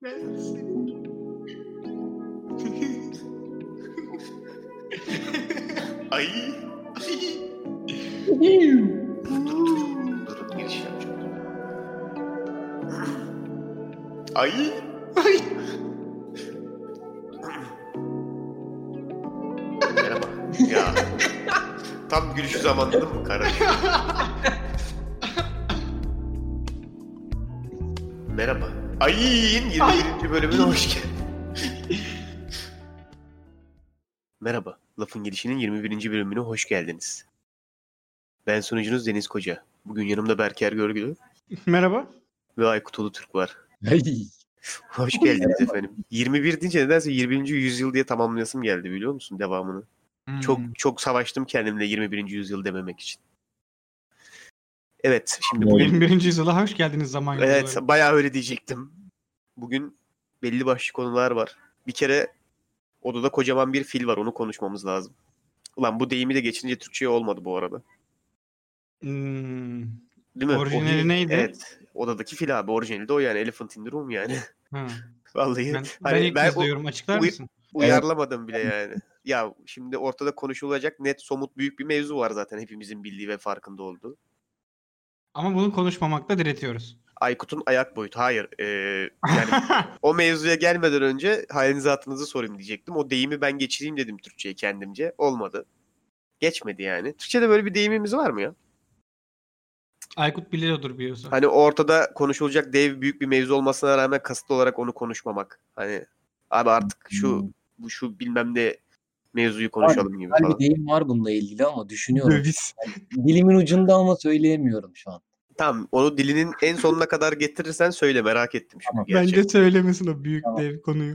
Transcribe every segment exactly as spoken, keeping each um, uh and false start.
Ay. Durun durun. Durun giriş yapacağım. Ay. Ay. Merhaba. Ya. Tam gülüşü zamanladın mı kardeşim? Merhaba. Ay'in yirmi birinci bölümüne hoş geldin. Merhaba. Lafın Gelişi'nin yirmi birinci bölümüne hoş geldiniz. Ben sunucunuz Deniz Koca. Bugün yanımda Berker Görgülü. Merhaba. Ve Aykut Ulutürk var. Hey. Hoş geldiniz efendim. yirmi bir deyince nedense yirminci yüzyıl diye tamamlayasım geldi, biliyor musun devamını? Hmm. Çok çok savaştım kendimle yirmi birinci yüzyıl dememek için. Evet, şimdi bugün yirmi birinci yüzyıla hoş geldiniz zaman yolları. Evet, bayağı öyle diyecektim. Bugün belli başlı konular var. Bir kere odada kocaman bir fil var, onu konuşmamız lazım. Ulan bu deyimi de geçince Türkçe'ye olmadı bu arada. Hmm. Değil mi? Orijinali o, neydi? Evet. Odadaki fil abi. Orijinali de o yani. Elephant in the room yani. Ha. Vallahi. Ben, hani ben ilk ben kez duyuyorum. Açıklar uy- mısın? Uyarlamadım bile yani. Ya şimdi ortada konuşulacak net, somut, büyük bir mevzu var zaten. Hepimizin bildiği ve farkında olduğu. Ama bunu konuşmamakla diretiyoruz. Aykut'un ayak boyutu. Hayır. Ee, yani o mevzuya gelmeden önce halinizi hatırınızı sorayım diyecektim. O deyimi ben geçireyim dedim Türkçe'ye kendimce. Olmadı. Geçmedi yani. Türkçe'de böyle bir deyimimiz var mı ya? Aykut biliyordur biliyorsa. Hani ortada konuşulacak dev büyük bir mevzu olmasına rağmen kasıtlı olarak onu konuşmamak. Hani abi artık şu bu şu bilmem ne mevzuyu konuşalım gibi Var falan. bir deyim var bununla ilgili ama düşünüyorum. Döviz. Yani dilimin ucunda ama söyleyemiyorum şu an. Tamam, onu dilinin en sonuna kadar getirirsen söyle, merak ettim şimdi Tamam. gerçekten. Bence söylemesin o büyük Tamam. dev konuyu.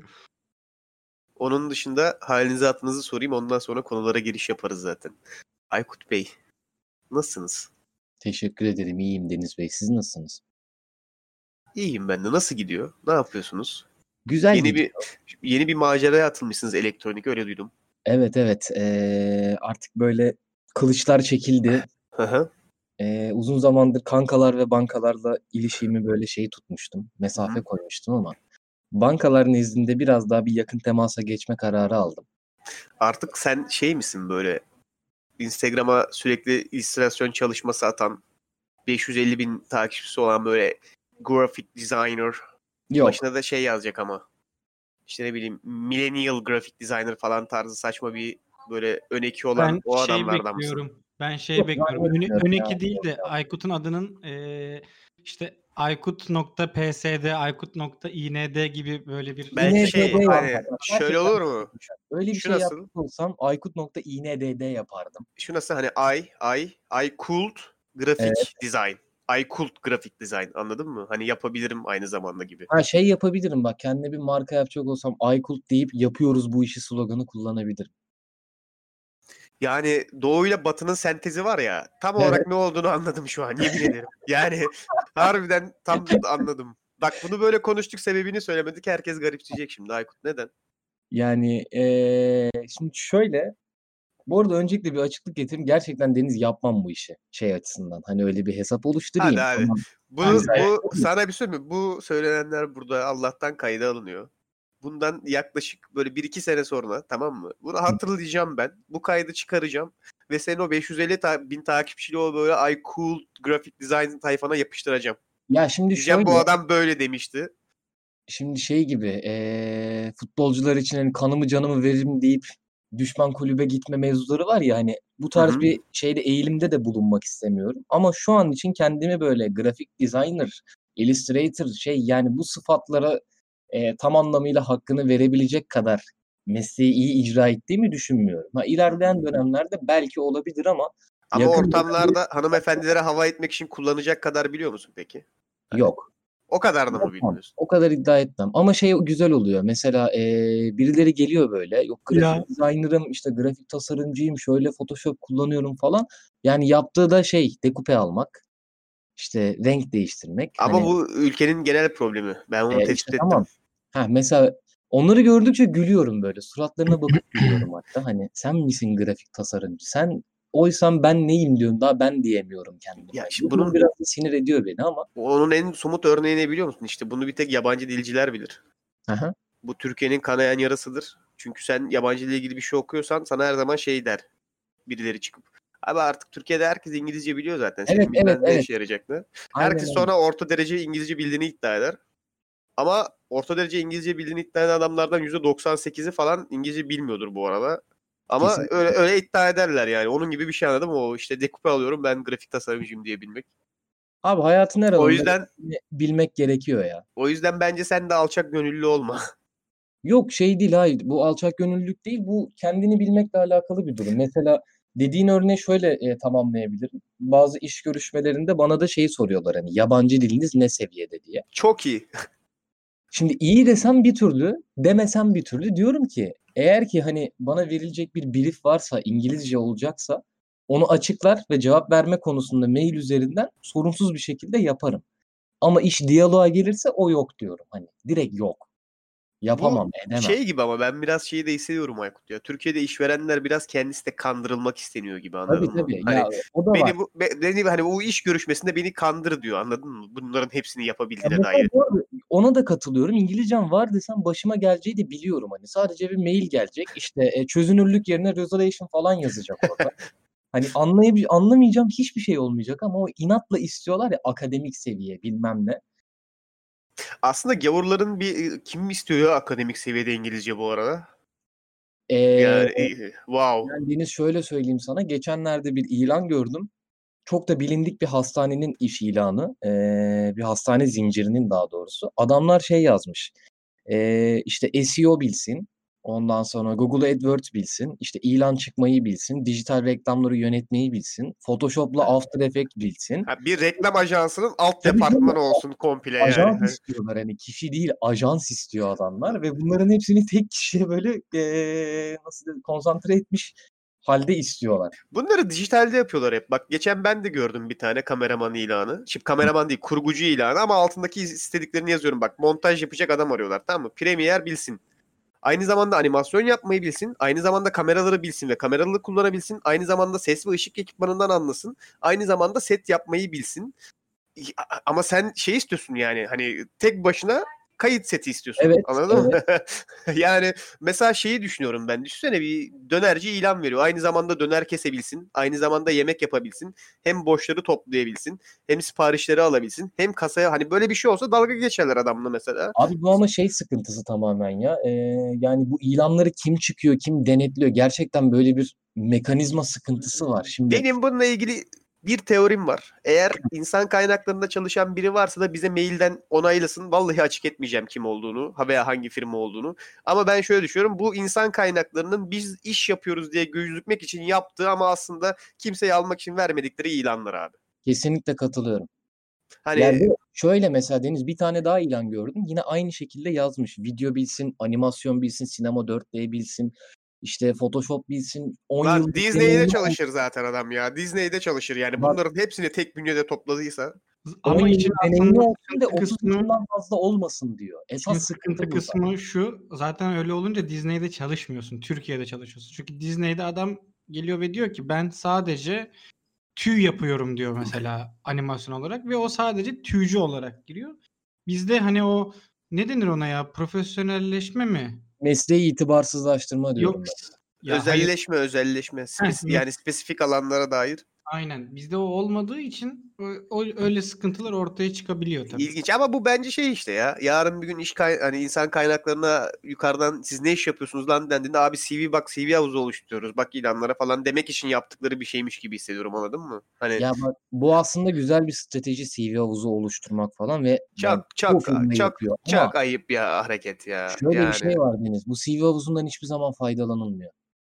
Onun dışında halinizi hatırınızı sorayım, ondan sonra konulara giriş yaparız zaten. Aykut Bey, nasılsınız? Teşekkür ederim. İyiyim Deniz Bey. Siz nasılsınız? İyiyim ben de. Nasıl gidiyor? Ne yapıyorsunuz? Güzel Yeni gidiyor. bir yeni bir maceraya atılmışsınız, elektronik, öyle duydum. Evet evet. Ee, artık böyle kılıçlar çekildi. Hı hı. Ee, uzun zamandır kankalar ve bankalarla ilişiğimi böyle şey tutmuştum. Mesafe Hı hı. koymuştum ama bankalar nezdinde biraz daha bir yakın temasa geçme kararı aldım. Artık sen şey misin, böyle Instagram'a sürekli illüstrasyon çalışması atan, beş yüz elli bin takipçisi olan böyle graphic designer. Yok. Başına da şey yazacak ama. İşte ne bileyim, millennial graphic designer falan tarzı saçma bir böyle öneki olan Ben o şey adamlardan bekliyorum. mısın? Ben şey Yok, bekliyorum. ben Öne, bekliyorum öneki ya. değil de Aykut'un adının eee, işte aykut.psd, aykut.ind gibi böyle bir Belki İNDD şey yapar. hani Bak, şöyle gerçekten olur mu? öyle bir Şu şey nasıl? yapmış olsam aykut.ind yapardım. Şu nasıl, hani I, I, I cult graphic Evet. design. I cult graphic design, anladın mı? Hani yapabilirim aynı zamanda gibi. Ha şey yapabilirim bak, kendime bir marka yapacak olsam Aykut deyip yapıyoruz bu işi sloganı kullanabilirim. Yani doğuyla batının sentezi var ya, tam Evet. olarak ne olduğunu anladım şu an, yemin ederim. Yani harbiden tam anladım. Bak bunu böyle konuştuk, sebebini söylemedik, herkes garipseyecek şimdi. Aykut neden? Yani ee, şimdi şöyle, bu arada öncelikle bir açıklık getireyim. Gerçekten Deniz yapmam bu işi şey açısından. Hani öyle bir hesap oluşturayım. Hadi hadi. Tamam. Bunu, Hadi. bu sana bir şey mi? Bu söylenenler burada Allah'tan kayda alınıyor. Bundan yaklaşık böyle bir iki sene sonra, tamam mı? Bunu hatırlayacağım ben. Bu kaydı çıkaracağım. Ve senin o beş yüz elli ta- bin takipçili o böyle I cool graphic design tayfana yapıştıracağım. Ya şimdi Diyeceğim şöyle, bu adam böyle demişti. şimdi şey gibi ee, futbolcular için hani kanımı canımı veririm deyip düşman kulübe gitme mevzuları var ya, hani bu Hı tarz hı. bir şeyde eğilimde de bulunmak istemiyorum. Ama şu an için kendimi böyle grafik designer, illustrator şey yani bu sıfatlara e, tam anlamıyla hakkını verebilecek kadar mesleği iyi icra ettiğimi düşünmüyorum. Ha, ilerleyen dönemlerde belki olabilir ama Ama yakın dönemde ortamlarda hanımefendilere hava etmek için kullanacak kadar biliyor musun peki? Hani yok. o kadar da mı Yapmam. bilmiyorsun? O kadar iddia etmem. Ama şey güzel oluyor. Mesela eee, birileri geliyor böyle. Yok Ya. grafik designer'ım, işte grafik tasarımcıyım, şöyle Photoshop kullanıyorum falan. Yani yaptığı da şey dekupe almak, işte renk değiştirmek. Ama Hani bu ülkenin genel problemi. Ben onu eee, işte tespit ettim. tamam. Ha mesela onları gördükçe gülüyorum böyle. Suratlarına bakıp gülüyorum hatta. Hani sen misin grafik tasarımcı? Sen oysan ben neyim diyorum. Daha ben diyemiyorum kendime. Ya Yani şimdi bu durum bunun biraz da sinir ediyor beni ama onun en somut örneği ne biliyor musun? İşte bunu bir tek yabancı dilciler bilir. Aha. Bu Türkiye'nin kanayan yarasıdır. Çünkü sen yabancı ile ilgili bir şey okuyorsan sana her zaman şey der. Birileri çıkıp. Abi artık Türkiye'de herkes İngilizce biliyor zaten. Evet, Senin evet, bilmen ne evet. işe yarayacak? Aynen Herkes öyle. sonra orta derece İngilizce bildiğini iddia eder. Ama orta derece İngilizce bildiğini iddia eden adamlardan yüzde doksan sekizi falan İngilizce bilmiyordur bu arada. Ama Kesinlikle. öyle, öyle iddia ederler yani. Onun gibi bir şey, anladım. O işte dekupe alıyorum ben grafik tasarımcıyım diyebilmek. Abi hayatın her O alanında yüzden bilmek gerekiyor ya. o yüzden bence sen de alçak gönüllü olma. Yok şey değil, hayır. Bu alçak gönüllülük değil. Bu kendini bilmekle alakalı bir durum. Mesela dediğin örneği şöyle e, tamamlayabilirim. Bazı iş görüşmelerinde bana da şeyi soruyorlar, hani yabancı diliniz ne seviyede diye. Çok iyi. Şimdi iyi desem bir türlü, demesem bir türlü. Diyorum ki eğer ki hani bana verilecek bir brief varsa, İngilizce olacaksa onu açıklar ve cevap verme konusunda mail üzerinden sorunsuz bir şekilde yaparım. Ama iş diyaloğa gelirse o yok diyorum. Hani direkt yok. Yapamam, Bu edemem. şey gibi ama ben biraz şeyi de hissediyorum Aykut ya. Türkiye'de işverenler biraz kendisi de kandırılmak isteniyor gibi, Tabii anladın mı? tabii. Hani Ya o da var. beni bu be- beni hani bu iş görüşmesinde beni kandır diyor, anladın mı? Bunların hepsini Ya yapabildiğine mesela dair. bu arada ona da katılıyorum. İngilizcem var desem başıma geleceği de biliyorum. Hani sadece bir mail gelecek. İşte e, çözünürlük yerine resolution falan yazacak orada. Hani anlayab anlamayacağım hiçbir şey olmayacak ama o inatla istiyorlar ya, akademik seviye bilmem ne. Aslında gavurların bir kim istiyor ya akademik seviyede İngilizce bu arada? Ee, Yani e, wow. Yani Deniz şöyle söyleyeyim sana. Geçenlerde bir ilan gördüm. Çok da bilindik bir hastanenin iş ilanı. Ee, bir hastane zincirinin daha doğrusu. Adamlar şey yazmış. Ee, işte S E O bilsin. Ondan sonra Google AdWords bilsin. İşte ilan çıkmayı bilsin. Dijital reklamları yönetmeyi bilsin. Photoshop'la After Effects bilsin. Ha, bir reklam ajansının alt Tabii canım, departmanı olsun komple yani. ajans Hani istiyorlar, hani kişi değil ajans istiyor adamlar ve bunların hepsini tek kişiye böyle eee, nasıl diyeyim, konsantre etmiş halde istiyorlar. bunları dijitalde yapıyorlar hep. Bak geçen ben de gördüm bir tane kameraman ilanı. Şimdi kameraman değil, kurgucu ilanı ama altındaki istediklerini yazıyorum. Bak montaj yapacak adam arıyorlar, tamam mı? Premiere bilsin. Aynı zamanda animasyon yapmayı bilsin. Aynı zamanda kameraları bilsin ve kameraları kullanabilsin. Aynı zamanda ses ve ışık ekipmanından anlasın. Aynı zamanda set yapmayı bilsin. Ama sen şey istiyorsun yani, hani tek başına kayıt seti istiyorsun. Evet, Anladın mı? evet. Yani mesela şeyi düşünüyorum ben. Düşünsene bir dönerci ilan veriyor. Aynı zamanda döner kesebilsin. Aynı zamanda yemek yapabilsin. Hem boşları toplayabilsin. Hem siparişleri alabilsin. Hem kasaya, hani böyle bir şey olsa dalga geçerler adamla mesela. Abi bu ama şey sıkıntısı tamamen ya. Eee, yani bu ilanları kim çıkıyor, kim denetliyor? Gerçekten böyle bir mekanizma sıkıntısı var. Şimdi Benim bununla ilgili bir teorim var. Eğer insan kaynaklarında çalışan biri varsa da bize mailden onaylasın. Vallahi açık etmeyeceğim kim olduğunu ha veya hangi firma olduğunu. Ama ben şöyle düşünüyorum. Bu insan kaynaklarının biz iş yapıyoruz diye gözükmek için yaptığı ama aslında kimseyi almak için vermedikleri ilanlar abi. kesinlikle katılıyorum. Yani Hani bu şöyle, mesela Deniz bir tane daha ilan gördüm. Yine aynı şekilde yazmış. Video bilsin, animasyon bilsin, sinema dört D bilsin, işte Photoshop bilsin, on lan yıllık Disney'de deneyimi çalışır zaten adam ya. Disney'de çalışır yani. var. Bunların hepsini tek bünyede topladıysa. on Ama işin yıllık deneyimi aslında olsun ve sıkıntı otuz kısmı yaşından fazla olmasın diyor. işin Esas sıkıntı sıkıntı burada. kısmı şu. Zaten öyle olunca Disney'de çalışmıyorsun. Türkiye'de çalışıyorsun. Çünkü Disney'de adam geliyor ve diyor ki ben sadece tüy yapıyorum diyor mesela animasyon olarak ve o sadece tüycü olarak giriyor. Bizde hani o ne denir ona ya? Profesyonelleşme mi? Mesleği itibarsızlaştırma Yok. diyorum ben. Ya hayır. Özelleşme, özelleşme. Heh, Spes- mes- yani spesifik alanlara dair. aynen. Bizde o olmadığı için o, o- öyle sıkıntılar ortaya çıkabiliyor tabii. İlginç ama bu bence şey işte ya. Yarın bir gün iş kay hani insan kaynaklarına yukarıdan siz ne iş yapıyorsunuz lan dendiğinde abi C V bak C V havuzu oluşturuyoruz. Bak ilanlara falan demek için yaptıkları bir şeymiş gibi hissediyorum, anladın mı? Hani Ya bak bu aslında güzel bir strateji, C V havuzu oluşturmak falan ve yani çok çoğu çok firma çok yapıyor. Ama çok ayıp ya hareket ya. şöyle bir Yani şey var Deniz. Bu C V havuzundan hiçbir zaman faydalanılmıyor.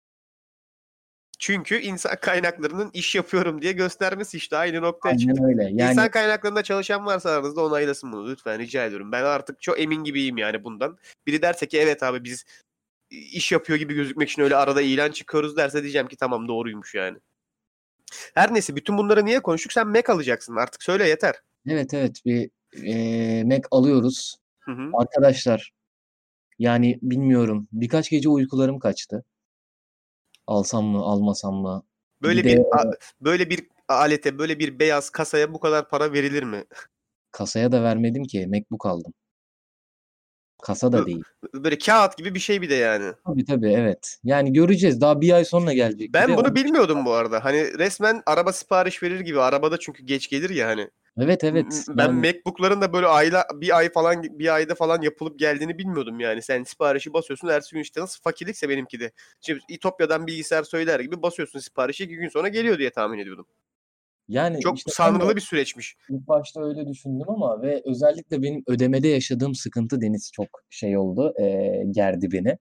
çünkü insan kaynaklarının iş yapıyorum diye göstermesi işte aynı noktaya Aynen çıktık. öyle. Yani İnsan kaynaklarında çalışan varsa aranızda onaylasın bunu lütfen, rica ediyorum. Ben artık çok emin gibiyim yani bundan. Biri derse ki evet abi biz iş yapıyor gibi gözükmek için öyle arada ilan çıkıyoruz derse diyeceğim ki tamam doğruymuş yani. Her neyse bütün bunları niye konuştuk? Sen Mac alacaksın artık, söyle yeter. evet evet bir e, Mac alıyoruz. Hı hı. Arkadaşlar yani bilmiyorum. Birkaç gece uykularım kaçtı. Alsam mı, almasam mı? Bir Böyle de bir a- böyle bir alete, böyle bir beyaz kasaya bu kadar para verilir mi? kasaya da vermedim ki. MacBook aldım. Kasa da değil. Böyle kağıt gibi bir şey bir de yani. Tabii tabii evet. Yani göreceğiz. Daha bir ay sonra gelecek. Bir Ben de bunu onu- bilmiyordum bu arada. Hani resmen araba sipariş verir gibi. Arabada çünkü geç gelir ya hani. Evet evet. M- Ben Yani MacBook'ların da böyle ayla bir ay falan bir ayda falan yapılıp geldiğini bilmiyordum yani. Sen siparişi basıyorsun ertesi gün işte nasıl fakirlikse benimki de. Şimdi İtopya'dan bilgisayar söyler gibi basıyorsun siparişi iki gün sonra geliyor diye tahmin ediyordum. yani Çok işte ben de sanrılı bir süreçmiş. ilk başta öyle düşündüm ama ve özellikle benim ödemede yaşadığım sıkıntı Deniz çok şey oldu. E, gerdi beni.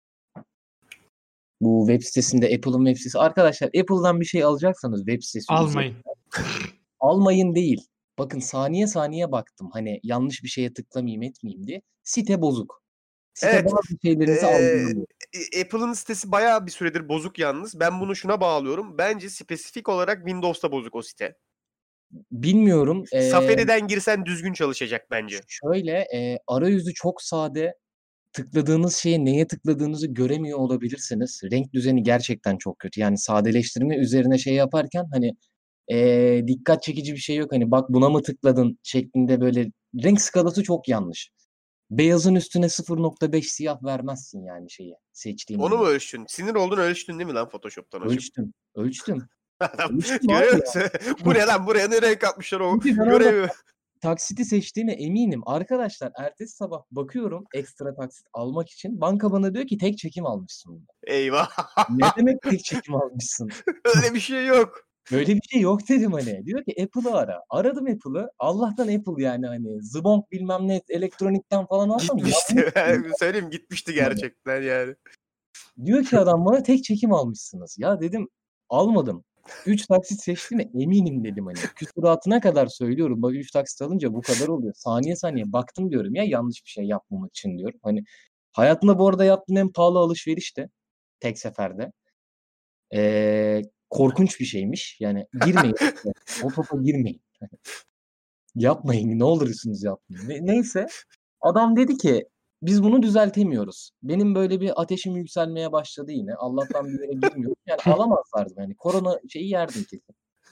Bu web sitesinde Apple'ın web sitesi. Arkadaşlar Apple'dan bir şey alacaksanız web sitesi Almayın. üzerinden almayın değil. Bakın saniye saniye baktım. Hani yanlış bir şeye tıklamayayım etmeyeyim diye. Site bozuk. Site Evet. bazı şeylerinizi Ee, algılamıyor. Apple'ın sitesi bayağı bir süredir bozuk yalnız. Ben bunu şuna bağlıyorum. Bence spesifik olarak Windows'ta bozuk o site. Bilmiyorum. Ee, Safari'den girsen düzgün çalışacak bence. şöyle e, arayüzü çok sade. Tıkladığınız şeye neye tıkladığınızı göremiyor olabilirsiniz. Renk düzeni gerçekten çok kötü. Yani sadeleştirme üzerine şey yaparken hani e, dikkat çekici bir şey yok. Hani bak buna mı tıkladın şeklinde böyle renk skalası çok yanlış. Beyazın üstüne sıfır nokta beş siyah vermezsin yani şeyi seçtiğin Onu mu rengi. ölçtün? Sinir oldun ölçtün değil mi lan Photoshop'tan açıp? Ölçtüm. Ölçtüm. Adam Ölçtüm abi görüyor ya. musun? Bu ne lan? Buraya ne renk atmışlar o Çünkü ben orada görevi. taksiti seçtiğime eminim. Arkadaşlar ertesi sabah bakıyorum ekstra taksit almak için. Banka bana diyor ki tek çekim almışsın bunu. Eyvah. Ne demek tek çekim almışsın? Öyle bir şey yok. Böyle bir şey yok dedim hani. Diyor ki Apple'ı ara. Aradım Apple'ı. Allah'tan Apple yani hani zıbonk bilmem ne elektronikten falan alsam Gitmişti. yanlış. Ben söyleyeyim gitmişti gerçekten yani. Diyor ki adam bana tek çekim almışsınız. Ya dedim almadım. üç taksit seçtiğime eminim dedim hani. Küsuratına kadar söylüyorum. Bak üç taksit alınca bu kadar oluyor. Saniye saniye baktım diyorum ya yanlış bir şey yapmamak için diyorum. Hani hayatımda bu arada yaptığım en pahalı alışveriş de tek seferde. Ee, korkunç bir şeymiş. Yani girmeyin. O topa girmeyin. Yapmayın ne olursunuz yapmayın. Ne- neyse adam dedi ki biz bunu düzeltemiyoruz. Benim böyle bir ateşim yükselmeye başladı yine. Allah'tan bir yere girmiyorum. Yani alamazlardı yani. Korona şeyi yerdim kesin.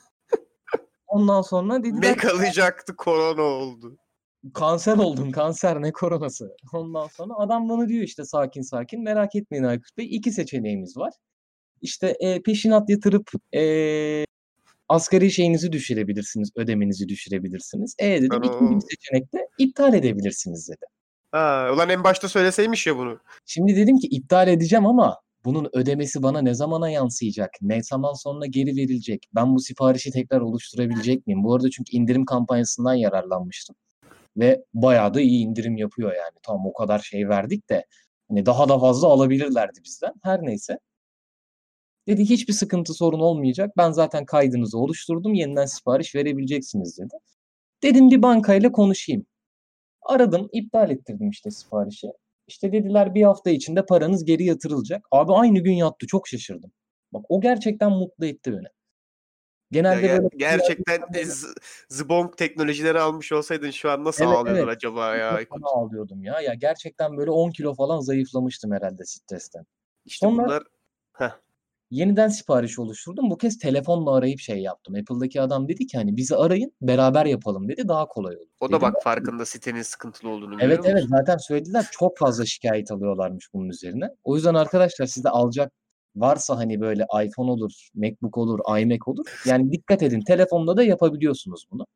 Ondan sonra dediler Mac alacaktı korona oldu. kanser oldum kanser ne koronası. Ondan sonra adam bana diyor işte sakin sakin merak etmeyin Aykut Bey iki seçeneğimiz var. İşte e, peşinat yatırıp e, asgari şeyinizi düşürebilirsiniz, ödemenizi düşürebilirsiniz. E dedim Ano. ikinci bir seçenek de iptal edebilirsiniz dedi. Ha, ulan en başta söyleseymiş ya bunu. Şimdi dedim ki iptal edeceğim ama bunun ödemesi bana ne zamana yansıyacak? Ne zaman sonra geri verilecek? Ben bu siparişi tekrar oluşturabilecek miyim? Bu arada çünkü indirim kampanyasından yararlanmıştım. Ve bayağı da iyi indirim yapıyor yani. Tam o kadar şey verdik de hani daha da fazla alabilirlerdi bizden. Her neyse. Dedi hiçbir sıkıntı sorun olmayacak. Ben zaten kaydınızı oluşturdum. Yeniden sipariş verebileceksiniz dedi. Dedim bir bankayla konuşayım. Aradım, iptal ettirdim işte siparişi. İşte dediler bir hafta içinde paranız geri yatırılacak. Abi aynı gün yattı. Çok şaşırdım. Bak o gerçekten mutlu etti beni. Ya Genelde ger- böyle gerçekten e, z- zbonk teknolojileri almış olsaydın şu an nasıl evet ağlıyordun evet acaba ya çok Aykut? fena ağlıyordum ya. Ya gerçekten böyle on kilo falan zayıflamıştım herhalde stresten. İşte Sonra bunlar heh, yeniden sipariş oluşturdum. Bu kez telefonla arayıp şey yaptım. Apple'daki adam dedi ki hani bizi arayın beraber yapalım dedi. Daha kolay olur. o da Dedim bak farkında sitenin sıkıntılı olduğunu evet görüyor evet musun? zaten söylediler çok fazla şikayet alıyorlarmış bunun üzerine. O yüzden arkadaşlar sizde alacak varsa hani böyle iPhone olur, MacBook olur, iMac olur. Yani dikkat edin telefonda da yapabiliyorsunuz bunu.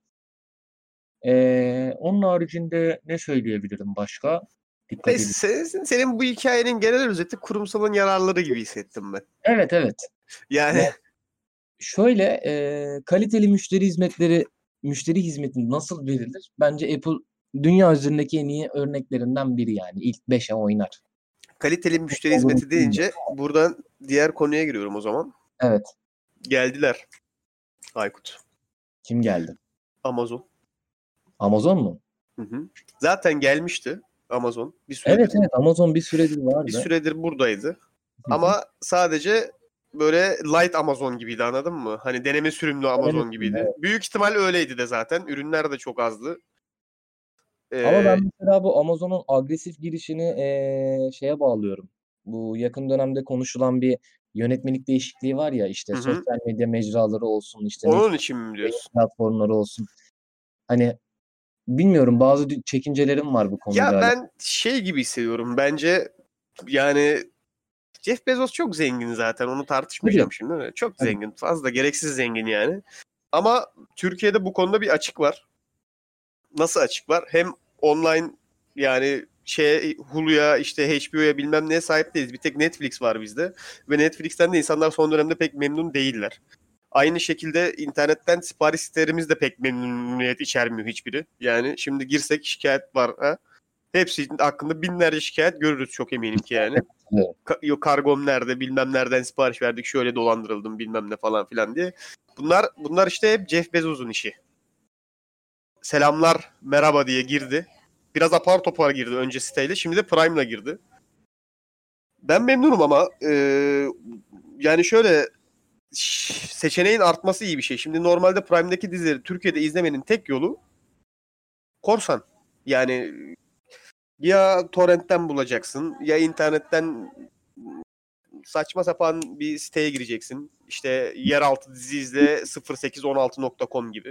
Ee, onun haricinde ne söyleyebilirim başka? Dikkat edin. Neyse senin, senin bu hikayenin genel özeti kurumsalın yararları gibi hissettim ben. Evet evet. Yani Yani şöyle e, kaliteli müşteri hizmetleri müşteri hizmeti nasıl verilir? Bence Apple dünya üzerindeki en iyi örneklerinden biri yani. İlk beşe oynar. kaliteli müşteri Olur mu hizmeti bilmiyorum. deyince buradan diğer konuya giriyorum o zaman. Evet. Geldiler Aykut. Kim geldi? Amazon. Amazon mu? Hı hı. Zaten gelmişti Amazon. Bir süredir Evet evet Amazon bir süredir bir vardı. süredir buradaydı. Hı hı. Ama sadece böyle light Amazon gibiydi anladın mı? Hani deneme sürümlü Amazon gibiydi. Evet. Büyük ihtimal öyleydi de zaten. Ürünler de çok azdı. Ama Ee, ben mesela bu Amazon'un agresif girişini eee, şeye bağlıyorum. Bu yakın dönemde konuşulan bir yönetmelik değişikliği var ya işte hı hı. sosyal medya mecraları olsun işte Onun Netflix için mi yayın diyorsun? platformları olsun. Hani bilmiyorum, bazı dü- çekincelerim var bu konuyla Ya alakalı. ben şey gibi hissediyorum. Bence yani Jeff Bezos çok zengin zaten. Onu tartışmayacağım Tabii, şimdi. Çok tabii. zengin. Fazla gereksiz zengin yani. Ama Türkiye'de bu konuda bir açık var. Nasıl açık var? Hem online yani şey Hulu'ya işte H B O'ya bilmem neye sahip değiliz. Bir tek Netflix var bizde. Ve Netflix'ten de insanlar son dönemde pek memnun değiller. Aynı şekilde internetten sipariş sitelerimiz de pek memnuniyet içermiyor hiçbiri. Yani şimdi girsek şikayet var. Ha? Hepsi hakkında binlerce şikayet görürüz çok eminim ki yani. Evet. Ka- yok kargom nerede, bilmem nereden sipariş verdik, şöyle dolandırıldım bilmem ne falan filan diye. Bunlar bunlar işte hep Jeff Bezos'un işi. Selamlar, merhaba diye girdi. Biraz apar topar girdi önce siteyle. Şimdi de Prime'la girdi. Ben memnunum ama e, yani şöyle seçeneğin artması iyi bir şey. Şimdi normalde Prime'deki dizileri Türkiye'de izlemenin tek yolu korsan. Yani ya torrentten bulacaksın ya internetten saçma sapan bir siteye gireceksin. İşte yeraltı dizi izle sıfır sekiz on altı nokta com gibi.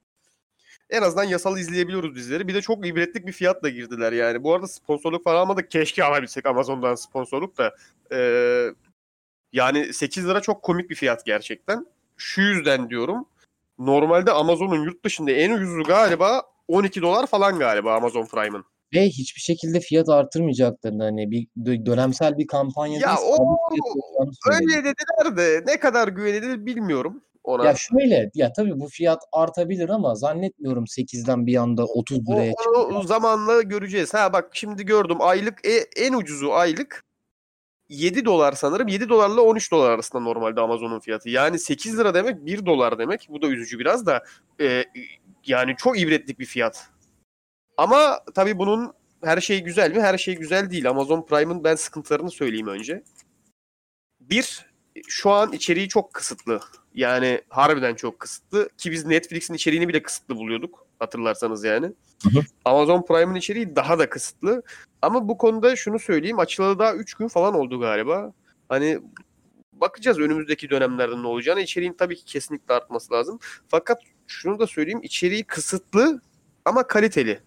En azından yasal izleyebiliyoruz dizileri. Bir de çok ibretlik bir fiyatla girdiler yani. Bu arada sponsorluk falan almadık. Keşke alabilsek Amazon'dan sponsorluk da. Ee, yani sekiz lira çok komik bir fiyat gerçekten. Şu yüzden diyorum. Normalde Amazon'un yurt dışında en ucuzu galiba on iki dolar falan galiba Amazon Prime'ın. Ve hiçbir şekilde fiyat artırmayacaklarını, hani bir dö- dönemsel bir kampanya değil, Ya o sabit fiyat olacağını söyledi. öyle dediler de ne kadar güvenilir bilmiyorum Ya ona. şöyle, ya tabii bu fiyat artabilir ama zannetmiyorum sekizden bir anda otuz O, liraya onu çıkacak. zamanla göreceğiz. Ha bak şimdi gördüm aylık e- en ucuzu aylık yedi dolar sanırım. yedi dolarla on üç dolar arasında normalde Amazon'un fiyatı. Yani sekiz lira demek bir dolar demek. Bu da üzücü biraz da. Ee, yani çok ibretlik bir fiyat. Ama tabii bunun her şey güzel mi? Her şey güzel değil. Amazon Prime'ın ben sıkıntılarını söyleyeyim önce. Bir, şu an içeriği çok kısıtlı. Yani harbiden çok kısıtlı. Ki biz Netflix'in içeriğini bile kısıtlı buluyorduk. Hatırlarsanız yani. Hı hı. Amazon Prime'ın içeriği daha da kısıtlı. Ama bu konuda şunu söyleyeyim. Açılalı daha üç gün falan oldu galiba. Hani bakacağız önümüzdeki dönemlerde ne olacağını. İçeriğin tabii ki kesinlikle artması lazım. Fakat şunu da söyleyeyim. İçeriği kısıtlı ama kaliteli.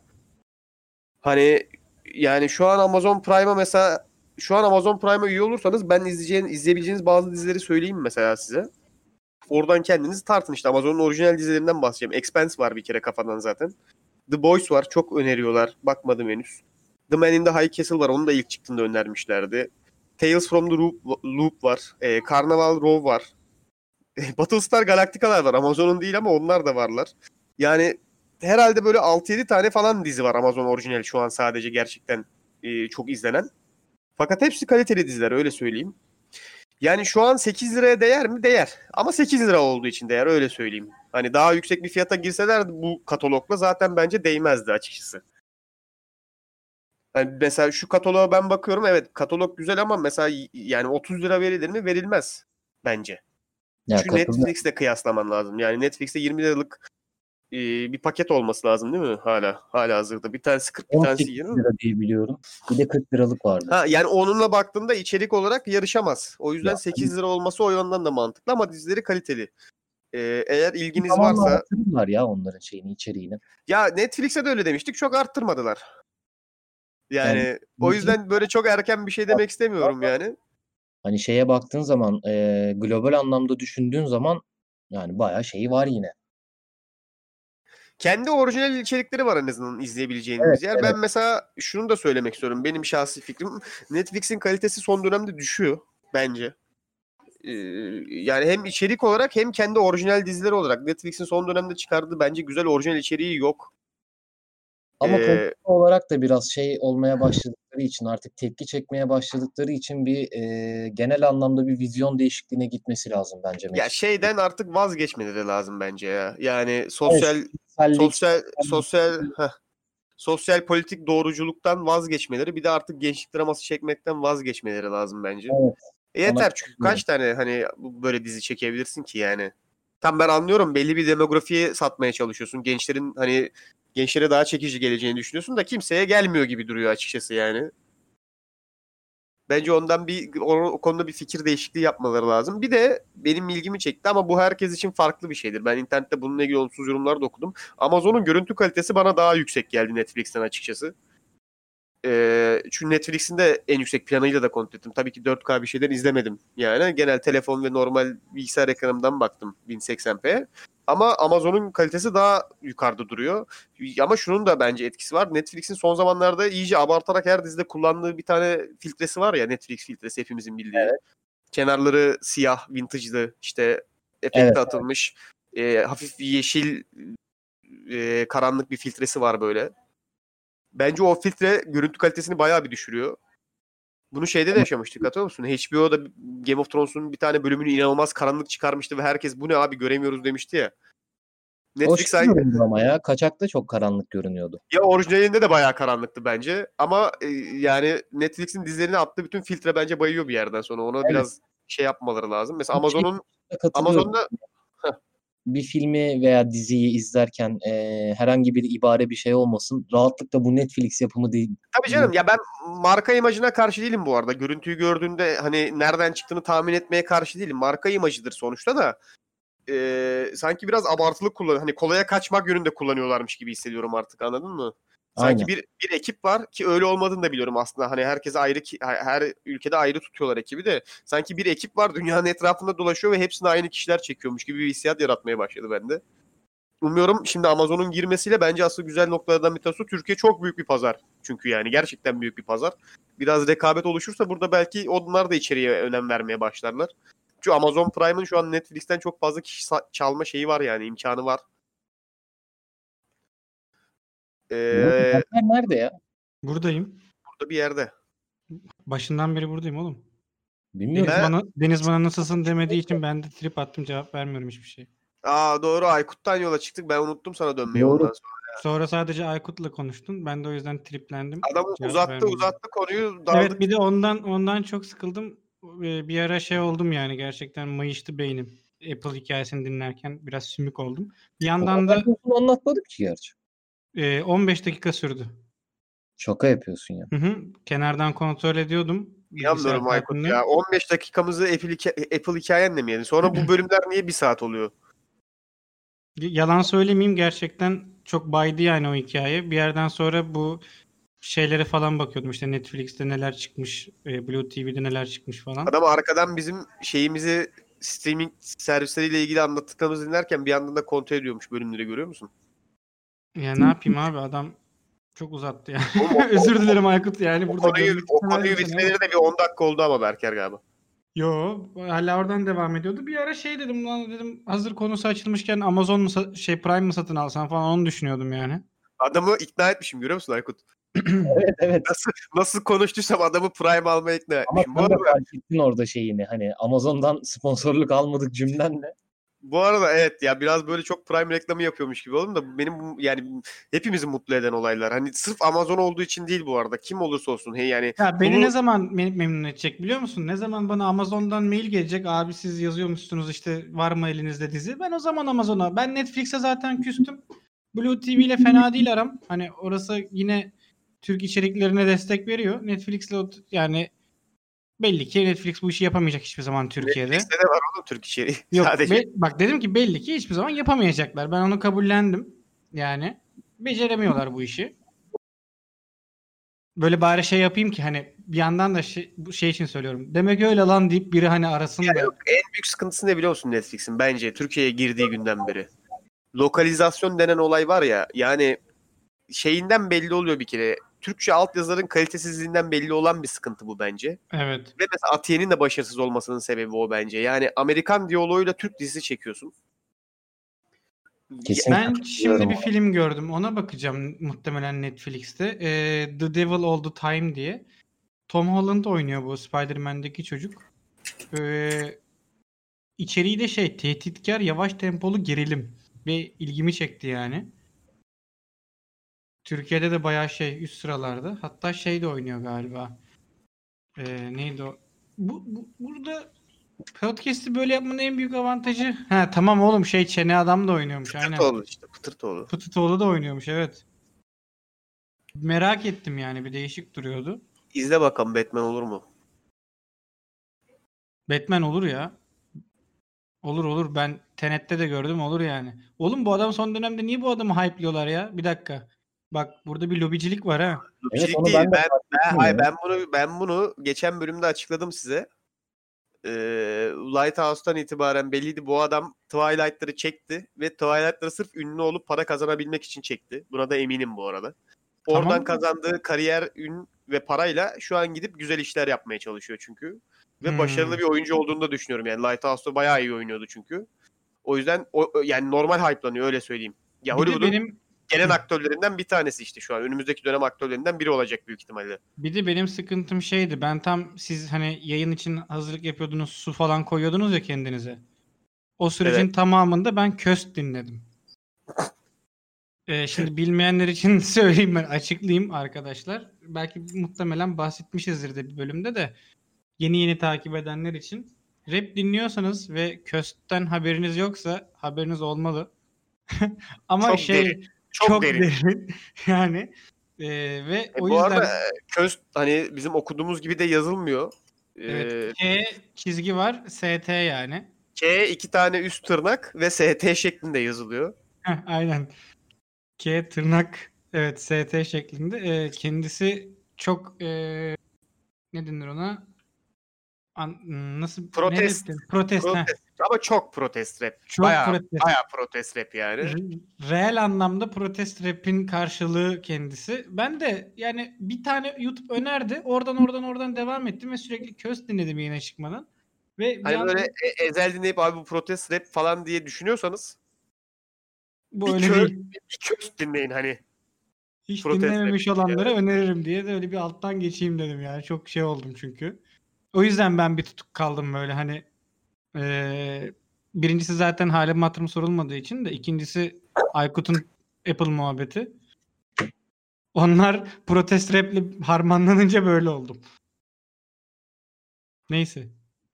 Hani yani şu an Amazon Prime'a mesela şu an Amazon Prime'a üye olursanız ben izleyeceğiniz, izleyebileceğiniz bazı dizileri söyleyeyim mesela size. Oradan kendiniz tartın işte. Amazon'un orijinal dizilerinden bahsedeceğim. Expanse var bir kere kafadan zaten. The Boys var. Çok öneriyorlar. Bakmadım henüz. The Man in the High Castle var. Onu da ilk çıktığında önermişlerdi. Tales from the Loop, Loop var. E, Carnival Row var. Battlestar Galactica'lar var. Amazon'un değil ama onlar da varlar. Yani herhalde böyle altı yedi tane falan dizi var Amazon orijinal şu an sadece gerçekten e, çok izlenen. Fakat hepsi kaliteli diziler öyle söyleyeyim. Yani şu an sekiz liraya değer mi? Değer. Ama sekiz lira olduğu için değer öyle söyleyeyim. Hani daha yüksek bir fiyata girselerdi bu katalogla zaten bence değmezdi açıkçası. Hani mesela şu kataloğa ben bakıyorum evet katalog güzel ama mesela y- yani otuz lira verilir mi? Verilmez bence. Ya Çünkü katılıyorum. Netflix'le kıyaslaman lazım. Yani Netflix'te yirmi liralık e, bir paket olması lazım değil mi? Hala hala hazırda. Bir tanesi kırk bir tanesi on sekiz yirmi mi? lira diye biliyorum. Bir de kırk liralık vardı. Ha yani onunla baktığında içerik olarak yarışamaz. O yüzden Ya sekiz lira olması o yönden de mantıklı ama dizileri kaliteli. Ee, eğer bir ilginiz zamanla varsa artırırlar ya onların şeyini, içeriğini. ya Netflix'e de öyle demiştik. Çok arttırmadılar. Yani Yani o ilginç. yüzden böyle çok erken bir şey demek istemiyorum yani. Hani şeye baktığın zaman, e, global anlamda düşündüğün zaman yani bayağı şeyi var yine. Kendi orijinal içerikleri var en azından izleyebileceğiniz Evet, yer. evet. Ben mesela şunu da söylemek istiyorum. Benim şahsi fikrim Netflix'in kalitesi son dönemde düşüyor bence. Ee, yani hem içerik olarak hem kendi orijinal dizileri olarak Netflix'in son dönemde çıkardığı bence güzel orijinal içeriği yok. Ama politika Ee, olarak da biraz şey olmaya başladıkları için, artık tepki çekmeye başladıkları için bir e, genel anlamda bir vizyon değişikliğine gitmesi lazım bence ya Matrix. şeyden artık vazgeçmeleri lazım bence ya. Yani Evet, sosyal cinsellik, sosyal sosyal heh, sosyal politik doğruculuktan vazgeçmeleri bir de artık gençlik draması çekmekten vazgeçmeleri lazım bence. evet, E ona yeter çünkü katılıyorum. kaç tane hani böyle dizi çekebilirsin ki yani. Tam ben anlıyorum belli bir demografiye satmaya çalışıyorsun. Gençlerin hani gençlere daha çekici geleceğini düşünüyorsun da kimseye gelmiyor gibi duruyor açıkçası yani. Bence ondan bir o, o konuda bir fikir değişikliği yapmaları lazım. Bir de benim ilgimi çekti ama bu herkes için farklı bir şeydir. Ben internette bununla ilgili olumsuz yorumlar da okudum. Amazon'un görüntü kalitesi bana daha yüksek geldi Netflix'ten açıkçası. Ee, çünkü Netflix'in de en yüksek planıyla da kontrol ettim. Tabii ki dört K bir şeyden izlemedim. Yani genel telefon ve normal bilgisayar ekranımdan baktım bin seksen p. Ama Amazon'un kalitesi daha yukarıda duruyor. Ama şunun da bence etkisi var. Netflix'in son zamanlarda iyice abartarak her dizide kullandığı bir tane filtresi var ya. Netflix filtresi hepimizin bildiği. Evet. Kenarları siyah, vintage'lı, işte efekte Evet, atılmış. E, hafif yeşil, e, karanlık bir filtresi var böyle. Bence o filtre görüntü kalitesini bayağı bir düşürüyor. Bunu şeyde de yaşamıştık, hatırlıyor musun? H B O'da Game of Thrones'un bir tane bölümünü inanılmaz karanlık çıkarmıştı ve herkes bu ne abi göremiyoruz demişti ya. o Netflix şey aynı. göründü ama ya. Kaçakta çok karanlık görünüyordu. Ya orijinalinde de bayağı karanlıktı bence. Ama e, yani Netflix'in dizilerine attığı bütün filtre bence bayıyor bir yerden sonra. Ona Evet. biraz şey yapmaları lazım. Mesela Bu şey- Amazon'un Katılıyorum. Amazon'da Bir filmi veya diziyi izlerken e, herhangi bir ibare bir şey olmasın. Rahatlıkla bu Netflix yapımı değil. tabii canım ya ben marka imajına karşı değilim bu arada. Görüntüyü gördüğünde hani nereden çıktığını tahmin etmeye karşı değilim. Marka imajıdır sonuçta da. Ee, sanki biraz abartılı kullan, hani kolaya kaçmak yönünde kullanıyorlarmış gibi hissediyorum artık, anladın mı? Sanki Aynen. bir bir ekip var ki öyle olmadığını da biliyorum aslında. Hani herkese ayrı ki her ülkede ayrı tutuyorlar ekibi de. Sanki bir ekip var dünyanın etrafında dolaşıyor ve hepsine aynı kişiler çekiyormuş gibi bir hissiyat yaratmaya başladı bende. Umuyorum şimdi Amazon'un girmesiyle bence asıl güzel noktalardan bir tanesi Türkiye çok büyük bir pazar. Çünkü yani gerçekten büyük bir pazar. Biraz rekabet oluşursa burada belki onlar da içeriye önem vermeye başlarlar. Çünkü Amazon Prime'ın şu an Netflix'ten çok fazla kişi çalma şeyi var, yani imkanı var. Ee, Alper nerede ya? Buradayım. burada bir yerde. Başından beri buradayım oğlum. Bilmiyorum. Deniz Ben- bana Deniz bana nasılsın demediği için ben de trip attım, cevap vermiyorum hiçbir şey. Aa doğru, Aykut'tan yola çıktık. Ben unuttum sana dönmeyi Doğru. ondan sonra. Sonra sadece Aykut'la konuştun. Ben de o yüzden triplendim. Adam Cevap uzattı vermedim. uzattı konuyu, daldık. Evet, bir de ondan ondan çok sıkıldım. Ee, Bir ara şey oldum yani, gerçekten mayıştı beynim. Apple hikayesini dinlerken biraz sümük oldum. Bir yandan da Bunu anlatmadık ki gerçi. e, on beş dakika sürdü. Şaka yapıyorsun ya. Hı hı. Kenardan kontrol ediyordum. İnanmıyorum bilgisayar Aykut takvimini. ya. on beş dakikamızı Apple, hikaye- Apple hikayenle mi yedin? Sonra bu bölümler niye bir saat oluyor? Y- Yalan söylemeyeyim, gerçekten çok baydı yani o hikaye. Bir yerden sonra bu şeylere falan bakıyordum, işte Netflix'te neler çıkmış, e, Blue T V'de neler çıkmış falan. Adam arkadan bizim şeyimizi, streaming servisleriyle ilgili anlattıklarımızı dinlerken bir yandan da kontrol ediyormuş bölümleri, görüyor musun? Ya ne yapayım abi, adam çok uzattı yani. Oğlum, o- Özür dilerim Aykut, yani O burada konuyu, görmek o istemezdim konuyu seni ama. bitmeleri de bir on dakika oldu ama Berker galiba. Yo, hala oradan devam ediyordu. Bir ara şey dedim, lan dedim, hazır konusu açılmışken Amazon mu sa- şey Prime mı satın alsam falan, onu düşünüyordum yani. Adamı ikna etmişim, görüyor musun Aykut? Evet evet. Nasıl, nasıl konuştuysam adamı Prime almaya ikna Ama etmişim. Bu sen de arada, fark ettin orada şeyini. Hani Amazon'dan sponsorluk almadık cümlenle. bu arada evet ya, biraz böyle çok Prime reklamı yapıyormuş gibi oldum da benim bu- yani hepimizi mutlu eden olaylar. Hani sırf Amazon olduğu için değil bu arada. Kim olursa olsun. Hey yani Ya beni bunu- ne zaman me- memnun edecek biliyor musun? Ne zaman bana Amazon'dan mail gelecek, abi siz yazıyormuşsunuz işte, var mı elinizde dizi? Ben o zaman Amazon'a. Ben Netflix'e zaten küstüm. Blue T V ile fena değil aram. Hani orası yine Türk içeriklerine destek veriyor. Netflix'le o- yani belli ki Netflix bu işi yapamayacak hiçbir zaman Türkiye'de. Netflix'te de var oğlum Türk içeriği. Yok, Sadece be- bak dedim ki belli ki hiçbir zaman yapamayacaklar. Ben onu kabullendim. Yani beceremiyorlar bu işi. Böyle bari şey yapayım ki hani bir yandan da şey, bu şey için söylüyorum. Demek öyle lan deyip biri hani arasın da. yok, en büyük sıkıntısı ne biliyor musun Netflix'in bence Türkiye'ye girdiği günden beri? Lokalizasyon denen olay var ya, yani şeyinden belli oluyor bir kere. Türkçe altyazıların kalitesizliğinden belli olan bir sıkıntı bu bence. Evet. Ve mesela Atiye'nin de başarısız olmasının sebebi o bence. Yani Amerikan diyaloğuyla Türk dizisi çekiyorsun. Kesin. Ben şimdi bir film gördüm. Ona bakacağım muhtemelen Netflix'te. Ee, The Devil All the Time diye. Tom Holland oynuyor, bu Spider-Man'deki çocuk. Ee, içeriği de şey, tehditkar, yavaş tempolu gerilim. Ve ilgimi çekti yani. Türkiye'de de bayağı şey üst sıralarda. Hatta şey de oynuyor galiba. Ee, neydi o? Bu, bu burada podcast'i böyle yapmanın en büyük avantajı. Ha tamam oğlum, şey Çene Adam da oynuyormuş. Aynen. Pıtırtoğlu işte, Pıtırtoğlu. Pıtıtoğlu da oynuyormuş, evet. Merak ettim yani, bir değişik duruyordu. İzle bakalım, Batman olur mu? Batman olur ya. Olur olur. Ben Tenet'te de gördüm, olur yani. Oğlum bu adam son dönemde niye bu adamı hype'lıyorlar ya? Bir dakika. Bak burada bir lobicilik var ha. Evet Lobicilik onu değil. ben de Ben, fark ben, ettim hayır, ya. ben bunu ben bunu geçen bölümde açıkladım size. Ee, Lighthouse'tan itibaren belliydi, bu adam Twilight'ları çekti ve Twilight'ları sırf ünlü olup para kazanabilmek için çekti. Buna da eminim bu arada. Oradan Tamam. kazandığı kariyer, ün ve parayla şu an gidip güzel işler yapmaya çalışıyor çünkü. Ve Hmm. başarılı bir oyuncu olduğunu da düşünüyorum. Yani Lighthouse'da bayağı iyi oynuyordu çünkü. O yüzden o, yani normal hype'lanıyor, öyle söyleyeyim. Ya Bir de Hollywood'un benim gelen aktörlerinden bir tanesi işte şu an. Önümüzdeki dönem aktörlerinden biri olacak büyük ihtimalle. bir de benim sıkıntım şeydi. Ben tam siz hani yayın için hazırlık yapıyordunuz, su falan koyuyordunuz ya kendinize. O sürecin Evet. tamamında ben Köst dinledim. Ee, şimdi bilmeyenler için söyleyeyim, ben açıklayayım arkadaşlar. Belki muhtemelen bahsetmişizdir de bir bölümde de. Yeni yeni takip edenler için. Rap dinliyorsanız ve Köst'ten haberiniz yoksa haberiniz olmalı. Ama Çok şey derin. Çok, çok derin. derin. Yani e, ve E, o bu yüzden arada e, Köst hani bizim okuduğumuz gibi de yazılmıyor. evet, Ee, K çizgi var, S T yani. K iki tane üst tırnak ve S T şeklinde yazılıyor. Heh, aynen. K tırnak, evet, S T şeklinde. Ee, kendisi çok e, ne denir ona? An, nasıl Protest. ne protest, heh. Protest. Ama çok protest rap. Çok Bayağı, protest. bayağı protest rap yani. R- reel anlamda protest rap'in karşılığı kendisi. Ben de yani bir tane YouTube önerdi. Oradan oradan oradan devam ettim ve sürekli Köst dinledim yayına çıkmadan. Ve bir Hani an böyle e- ezel dinleyip abi bu protest rap falan diye düşünüyorsanız bu bir öyle kö değil. bir Köst dinleyin hani. Hiç Protest dinlememiş rap olanlara yani. öneririm diye de öyle bir alttan geçeyim dedim yani. Çok şey oldum çünkü. O yüzden ben bir tutuk kaldım böyle hani eee, birincisi zaten halim hatırım sorulmadığı için de, ikincisi Aykut'un Apple muhabbeti. Onlar protest rap'le harmanlanınca böyle oldum. Neyse.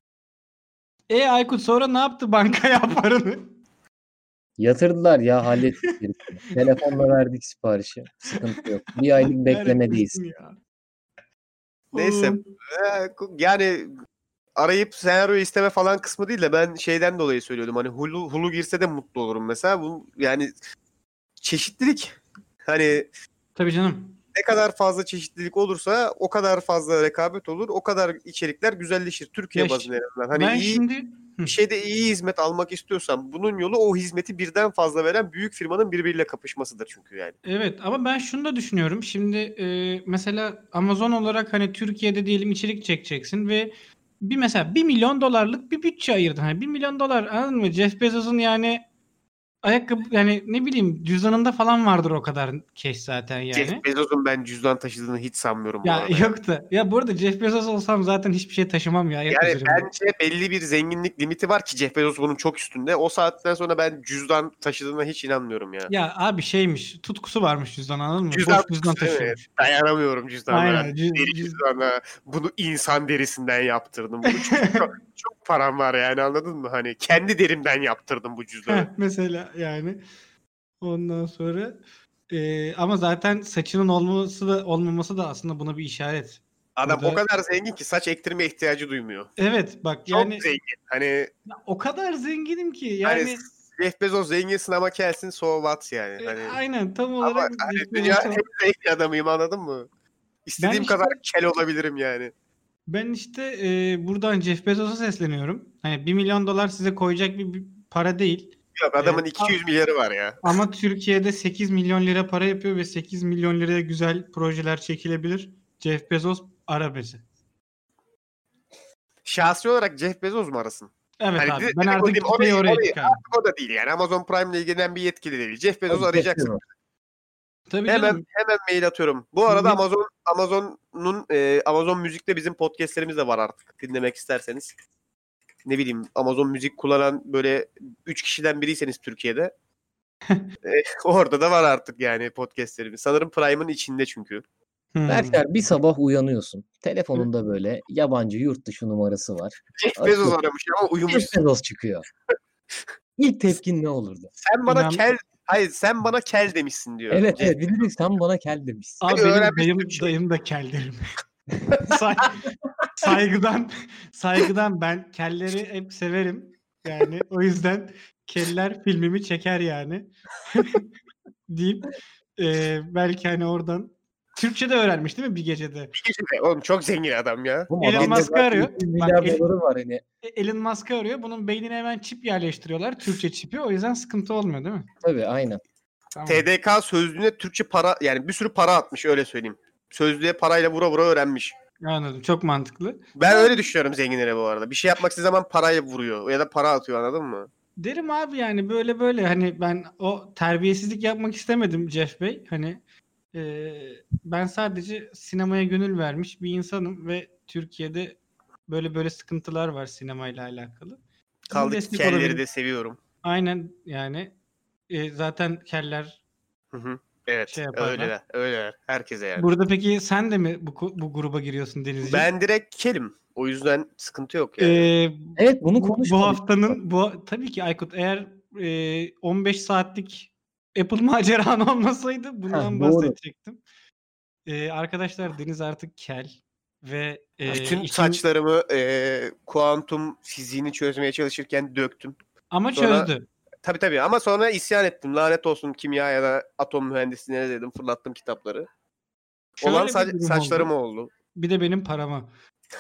E Aykut sonra ne yaptı bankaya paranı? Yatırdılar ya, hallettik gerisini. Telefonla verdik siparişi. Sıkıntı yok. Bir aylık beklemedeyiz. Kahretmesin ya. Neyse. Oğlum. e, Yani arayıp senaryo isteme falan kısmı değil de ben şeyden dolayı söylüyordum. Hani Hulu, Hulu girse de mutlu olurum mesela. Bu yani çeşitlilik. Hani Tabii canım. ne kadar fazla çeşitlilik olursa o kadar fazla rekabet olur. O kadar içerikler güzelleşir. Türkiye Ya bazında şi- en azından. Hani ben iyi şimdi Hı. bir şeyde iyi hizmet almak istiyorsan bunun yolu o hizmeti birden fazla veren büyük firmanın birbiriyle kapışmasıdır çünkü yani. Evet ama ben şunu da düşünüyorum. Şimdi e, mesela Amazon olarak hani Türkiye'de diyelim içerik çekeceksin ve bir mesela bir milyon dolarlık bir bütçe ayırdın. Hani bir milyon dolar, anladın mı? Jeff Bezos'un yani ayakkabı, yani ne bileyim, cüzdanında falan vardır o kadar cash zaten Jeff yani. Bezos'un ben cüzdan taşıdığını hiç sanmıyorum bu Ya arada. Ya. yok da. Ya bu arada Jeff Bezos olsam zaten hiçbir şey taşımam ya ayak Yani üzerimde. bence belli bir zenginlik limiti var ki Jeff Bezos bunun çok üstünde. O saatten sonra ben cüzdan taşıdığına hiç inanmıyorum ya. Ya abi şeymiş, tutkusu varmış cüzdan, anladın mı? Cüzdan Boş cüzdan tutkusu, evet. taşıyormuş. Dayanamıyorum cüzdanlara. Aynen. cüz- Deri cüz- cüzdana. Bunu insan derisinden yaptırdım. Bunu çok, çok, çok param var yani, anladın mı? Hani kendi derimden yaptırdım bu Heh, cüzdanı. mesela yani. Ondan sonra e, ama zaten saçının olması da olmaması da aslında buna bir işaret. Adam Burada o kadar zengin ki saç ektirme ihtiyacı duymuyor. evet bak Çok yani zengin. Hani ya o kadar zenginim ki hani yani Jeff Bezos zenginsin ama kelsin, so what yani. e, Hani aynen tam ama olarak hani Jeff dünya Bezos'a- en zengin adamıyım, anladın mı? İstediğim işte- kadar kel olabilirim yani. Ben işte e, buradan Jeff Bezos'a sesleniyorum. Hani bir milyon dolar size koyacak bir, bir para değil. Yok, adamın E, iki yüz milyarı var ya. Ama Türkiye'de sekiz milyon lira para yapıyor ve sekiz milyon liraya güzel projeler çekilebilir. Jeff Bezos arabesi. Şahsi olarak Jeff Bezos mu arasın? Evet Hani abi. direkt Ben o artık değil, küpeyi orayı- oraya orayı- çıkardım. Artık o da değil yani. Amazon Prime ile ilgilenen bir yetkili değil. Jeff Bezos Tabii, arayacaksın. Jeff Tabii Hemen canım. hemen mail atıyorum. Bu arada Ne- Amazon Amazon'un e, Amazon Müzik'te bizim podcastlerimiz de var artık, dinlemek isterseniz. Ne bileyim, Amazon Müzik kullanan böyle üç kişiden biriyseniz Türkiye'de e, orada da var artık yani podcastlerimiz. Sanırım Prime'ın içinde çünkü. Hmm. Berker, bir sabah uyanıyorsun. Telefonunda böyle yabancı yurt dışı numarası var. Jeff Açıyor. Bezos aramış ama uyumuş. Jeff Bezos çıkıyor. İlk tepkin ne olurdu? Sen bana İnan- kel hayır sen bana kel demişsin diyor. Evet Jeff. evet, bir de diyor ki, sen bana kel demişsin. Abi Hani benim öğrenmiş dayım, bir şey. dayım da kel derim. Say- saygıdan saygıdan ben kelleri hep severim. Yani o yüzden Keller filmimi çeker yani. deyip e, belki hani oradan Türkçe de öğrenmiş değil mi bir gecede? Oğlum çok zengin adam ya. Oğlum Elon adamda Musk'ı zaten arıyor. iki yüz Bak, milyar El- doları var hani. Elon Musk'ı arıyor. Bunun beynine hemen çip yerleştiriyorlar. Türkçe çipi. O yüzden sıkıntı olmuyor değil mi? Tabii aynen. Tamam. T D K sözlüğüne Türkçe para yani bir sürü para atmış öyle söyleyeyim. Sözlüğe parayla vura vura öğrenmiş. Anladım. Çok mantıklı. Ben öyle düşünüyorum zenginlere bu arada. Bir şey yapmak istediği zaman parayla vuruyor ya da para atıyor anladın mı? Derim abi yani böyle böyle hani ben o terbiyesizlik yapmak istemedim Jeff Bey. Hani e, ben sadece sinemaya gönül vermiş bir insanım ve Türkiye'de böyle böyle sıkıntılar var sinemayla alakalı. Sizin Kaldı ki destek kelleri olabilir. de seviyorum. Aynen yani e, zaten keller Hı hı. Evet şey yaparlar. öyleler öyleler herkese yani. Burada peki sen de mi bu, ku- bu gruba giriyorsun Denizciğim? Ben direkt kelim. O yüzden sıkıntı yok yani. Ee, Evet bunu bu, konuşmadık. bu haftanın bu tabii ki Aykut eğer e, on beş saatlik Apple maceran olmasaydı bundan Heh, doğru. bahsedecektim. Ee, arkadaşlar Deniz artık kel ve e, Bütün işin- saçlarımı e, kuantum fiziğini çözmeye çalışırken döktüm. ama sonra- çözdü. Tabii tabii ama sonra isyan ettim. Lanet olsun kimya ya da atom mühendisliğine dedim. Fırlattım kitapları. Şöyle Olan bir sa- durum saçlarım oldu. oldu. Bir de benim paramı.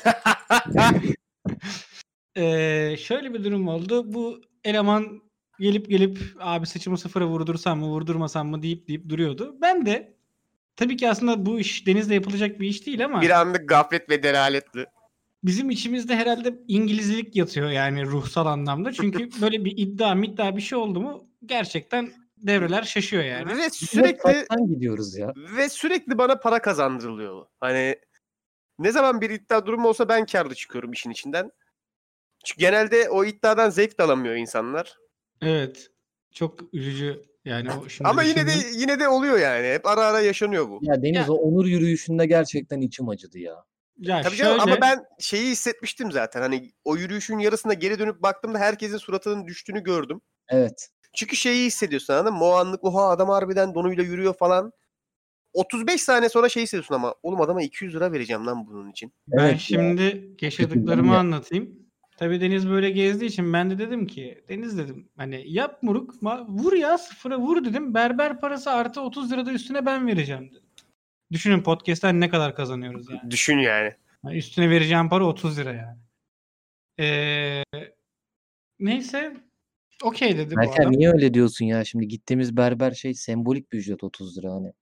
Ee, şöyle bir durum oldu. Bu eleman gelip gelip abi saçımı sıfıra vurdursam mı vurdurmasam mı deyip deyip duruyordu. Ben de tabii ki aslında bu iş Deniz'le yapılacak bir iş değil ama Bir anlık gaflet ve delaletli. bizim içimizde herhalde İngilizlik yatıyor yani ruhsal anlamda. Çünkü böyle bir iddia middia bir şey oldu mu gerçekten devreler şaşıyor yani. Ve Sürekli sürekli kaçtan gidiyoruz ya. ve sürekli bana para kazandırılıyor. Hani ne zaman bir iddia durumu olsa ben karlı çıkıyorum işin içinden. Çünkü genelde o iddiadan zevk de alamıyor insanlar. Evet. Çok üzücü yani o şimdi Ama yine de düşündüm. yine de oluyor yani. Hep ara ara yaşanıyor bu. Ya Deniz Ya- o onur yürüyüşünde gerçekten içim acıdı ya. Ya Tabii şöyle canım ama ben şeyi hissetmiştim zaten. Hani o yürüyüşün yarısında geri dönüp baktığımda herkesin suratının düştüğünü gördüm. Evet. Çünkü şeyi hissediyorsun anladın mı? O anlık oha adam harbiden donuyla yürüyor falan. otuz beş saniye sonra şey hissediyorsun ama oğlum adama iki yüz lira vereceğim lan bunun için. ben Evet ya. şimdi yaşadıklarımı ya. anlatayım. Tabii Deniz böyle gezdiği için ben de dedim ki Deniz dedim hani yap moruk ma- vur ya sıfıra vur dedim. Berber parası artı otuz lira da üstüne ben vereceğim dedim. Düşünün podcast'ten ne kadar kazanıyoruz yani. Düşün yani. Yani üstüne vereceğim para otuz lira yani. Ee, neyse okey dedi bu Berker adam. niye öyle diyorsun ya? Şimdi gittiğimiz berber şey sembolik bir ücret otuz lira hani.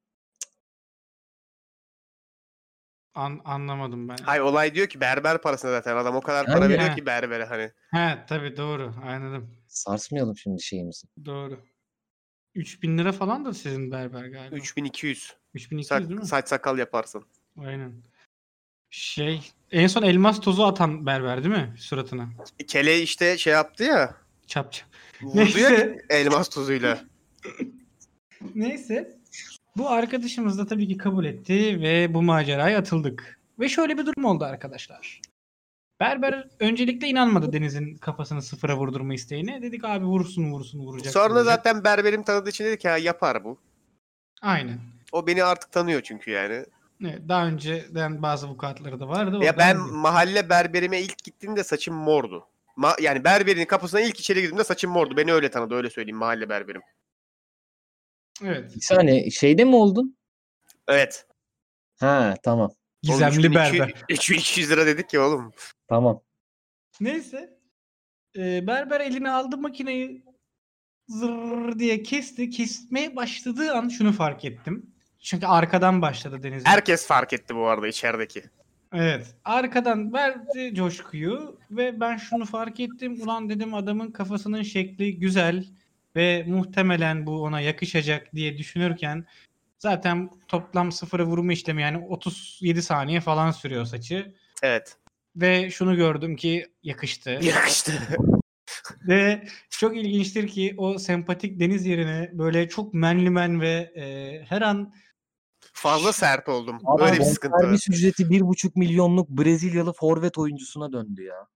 An- anlamadım ben. Hay olay diyor ki berber parasına zaten adam o kadar para Yani- veriyor Ha. ki berbere hani. He tabii doğru anladım. Sarsmayalım şimdi şeyimizi. Doğru. üç bin lira falan da sizin berber galiba. üç bin iki yüz. üç bin iki yüz Sak- değil mi? saç sakal yaparsın. Aynen. Şey en son elmas tozu atan berber değil mi suratına? Kele işte şey yaptı ya. Çap çap. Vurdu Neyse. ya elmas tozuyla. Neyse. Bu arkadaşımız da tabii ki kabul etti ve bu maceraya atıldık. Ve şöyle bir durum oldu arkadaşlar. Berber öncelikle inanmadı Deniz'in kafasını sıfıra vurdurma isteğine. Dedik abi vursun vursun vuracak. Sonra vuracak. zaten berberim tanıdığı için dedi ki ha yapar bu. Aynen. O beni artık tanıyor çünkü yani. Evet, daha önceden bazı vukuatları da vardı. Ya oradan ben biliyorum. mahalle berberime ilk gittiğimde saçım mordu. Ma- yani berberin kapısına ilk içeri girdiğimde saçım mordu. Beni öyle tanıdı öyle söyleyeyim mahalle berberim. Evet. Bir saniye şeyde mi oldun? Evet. Ha tamam. Gizemli berber. üç bin iki yüz lira dedik ya oğlum. Tamam. Neyse. Ee, berber eline aldı makineyi zırr diye kesti. Kesmeye başladığı an şunu fark ettim. Çünkü arkadan başladı Deniz'in. Herkes fark etti bu arada içerideki. Evet. Arkadan verdi coşkuyu ve ben şunu fark ettim. Ulan dedim adamın kafasının şekli güzel ve muhtemelen bu ona yakışacak diye düşünürken zaten toplam sıfıra vurma işlemi yani otuz yedi saniye falan sürüyor saçı. Evet. Ve şunu gördüm ki yakıştı. Yakıştı. Ve çok ilginçtir ki o sempatik Deniz yerine böyle çok menlimen ve e, her an Fazla sert oldum. Abi Öyle bir sıkıntı var. bonservis ücreti bir buçuk milyonluk Brezilyalı forvet oyuncusuna döndü ya.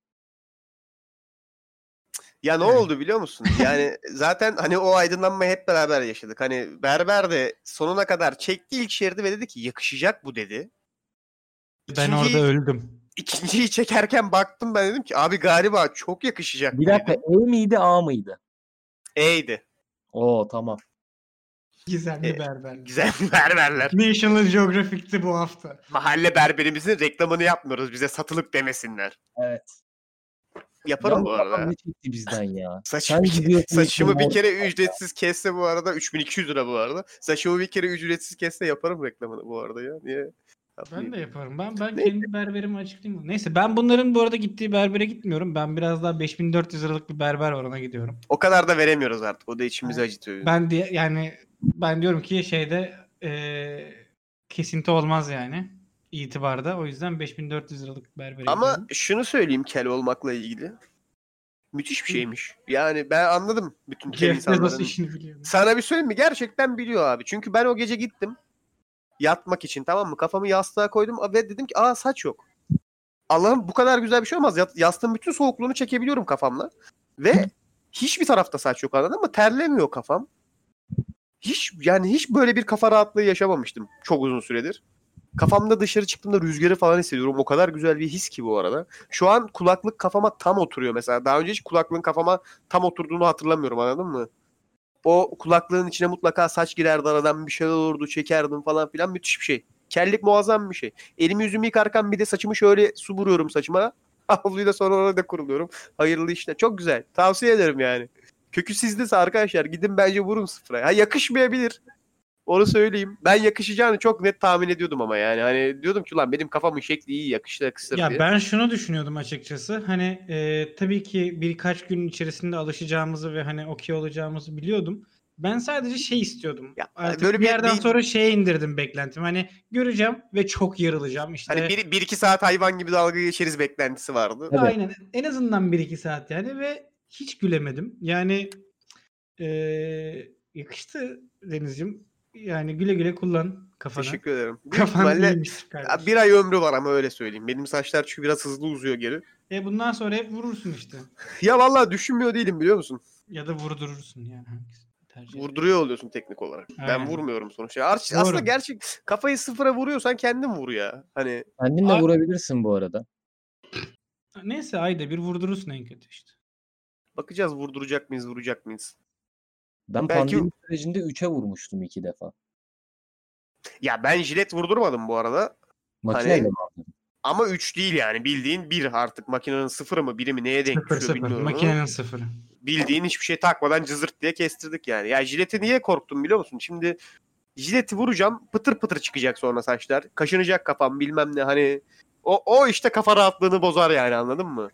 Ya ne Evet. oldu biliyor musun? Yani zaten hani o aydınlanmayı hep beraber yaşadık. Hani berber de sonuna kadar çekti ilk şeridi ve dedi ki yakışacak bu dedi. ben İkinci orada ilk- öldüm. ikinciyi çekerken baktım, ben dedim ki abi galiba çok yakışacak. Bir dakika, dedim. E miydi A mıydı? E'ydi. Oo tamam. Gizemli E, berber. Güzel berberler. National Geographic'ti bu hafta. Mahalle berberimizin reklamını yapmıyoruz. Bize satılık demesinler. Evet. Yaparım Yalnız bu adam arada. ne çekti bizden ya? Saçım Sen bir, gidiyorsun. saçımı bir işte, kere ücretsiz kesse bu arada üç bin iki yüz lira bu arada. Saçımı bir kere ücretsiz kesse yaparım reklamını bu arada ya. Niye? Ben de yaparım. Ben ben Neyse. kendi berberimi açıklayayım. Neyse, ben bunların bu arada gittiği berbere gitmiyorum. Ben biraz daha beş bin dört yüz liralık bir berber var, ona gidiyorum. O kadar da veremiyoruz artık. O da içimizi acıtıyor. Ben diye yani ben diyorum ki şeyde eee, kesinti olmaz yani itibarda. O yüzden beş bin dört yüz liralık berbere Ama gidiyorum. şunu söyleyeyim kel olmakla ilgili. Müthiş bir şeymiş. Yani ben anladım bütün kel Jeff Bezos insanların. işini biliyor. Sana bir söyleyeyim mi? Gerçekten biliyor abi. Çünkü ben o gece gittim. Yatmak için, tamam mı? Kafamı yastığa koydum ve dedim ki aa saç yok. Allah'ım bu kadar güzel bir şey olmaz. Ya- Yastığın bütün soğukluğunu çekebiliyorum kafamla. Ve hiçbir tarafta saç yok, anladın mı? Terlemiyor kafam. Hiç yani hiç böyle bir kafa rahatlığı yaşamamıştım çok uzun süredir. Kafamda dışarı çıktığımda rüzgarı falan hissediyorum. O kadar güzel bir his ki bu arada. Şu an kulaklık kafama tam oturuyor mesela. Daha önce hiç kulaklığın kafama tam oturduğunu hatırlamıyorum, anladın mı? O kulaklığın içine mutlaka saç girerdi, aradan bir şeyler olurdu, çekerdim falan filan, müthiş bir şey. Kellik muazzam bir şey. Elimi yüzümü yıkarken bir de saçımı şöyle su vuruyorum saçıma. Havluyu da sonra orada kuruluyorum. Hayırlı işler. Çok güzel. Tavsiye ederim yani. Kökü sizdeyse arkadaşlar gidin bence vurun sıfıra. Ha, yakışmayabilir. Onu söyleyeyim. Ben yakışacağını çok net tahmin ediyordum ama yani. Hani diyordum ki lan benim kafamın şekli iyi, yakışır yakışır Ya diye. ben şunu düşünüyordum açıkçası. Hani e, tabii ki birkaç gün içerisinde alışacağımızı ve hani okey olacağımızı biliyordum. Ben sadece şey istiyordum. Ya, Artık böyle bir bir- yerden bir- sonra şeye indirdim beklentim. Hani göreceğim ve çok yarılacağım. İşte Hani bir, bir iki saat hayvan gibi dalga geçeriz beklentisi vardı. Tabii. aynen en azından bir iki saat yani ve hiç gülemedim. Yani e, yakıştı Deniz'ciğim. Yani güle güle kullan kafanı. Teşekkür ederim. Büyük Kafan ihtimalle iyiymiş ya kardeşim. bir ay ömrü var ama öyle söyleyeyim. Benim saçlar çünkü biraz hızlı uzuyor geri. E bundan sonra hep vurursun işte. Ya vallahi düşünmüyor değilim, biliyor musun? Ya da vurdurursun yani. Hangisi tercih ederim. Vurduruyor oluyorsun teknik olarak. Ben Aynen. vurmuyorum sonuçta. Ar- Doğru. Aslında gerçek kafayı sıfıra vuruyorsan kendin vur ya. Hani Kendin de Abi- vurabilirsin bu arada. Neyse ayda bir vurdurursun en kötü işte. bakacağız vurduracak mıyız, vuracak mıyız? Ben Belki- pandemi sürecinde üçe vurmuştum iki defa. Ya ben jilet vurdurmadım bu arada. Makineyle Hani- mi aldın? Ama üç değil yani, bildiğin bir, artık makinenin sıfırı mı biri mi neye denk Sıfır düşüyor sıfır. bilmiyorum. ama Makinenin sıfırı. Bildiğin hiçbir şey takmadan cızırt diye kestirdik yani. Ya jileti niye korktum biliyor musun? Şimdi jileti vuracağım, pıtır pıtır çıkacak sonra saçlar. Kaşınacak kafam bilmem ne, hani o, o işte kafa rahatlığını bozar yani, anladın mı?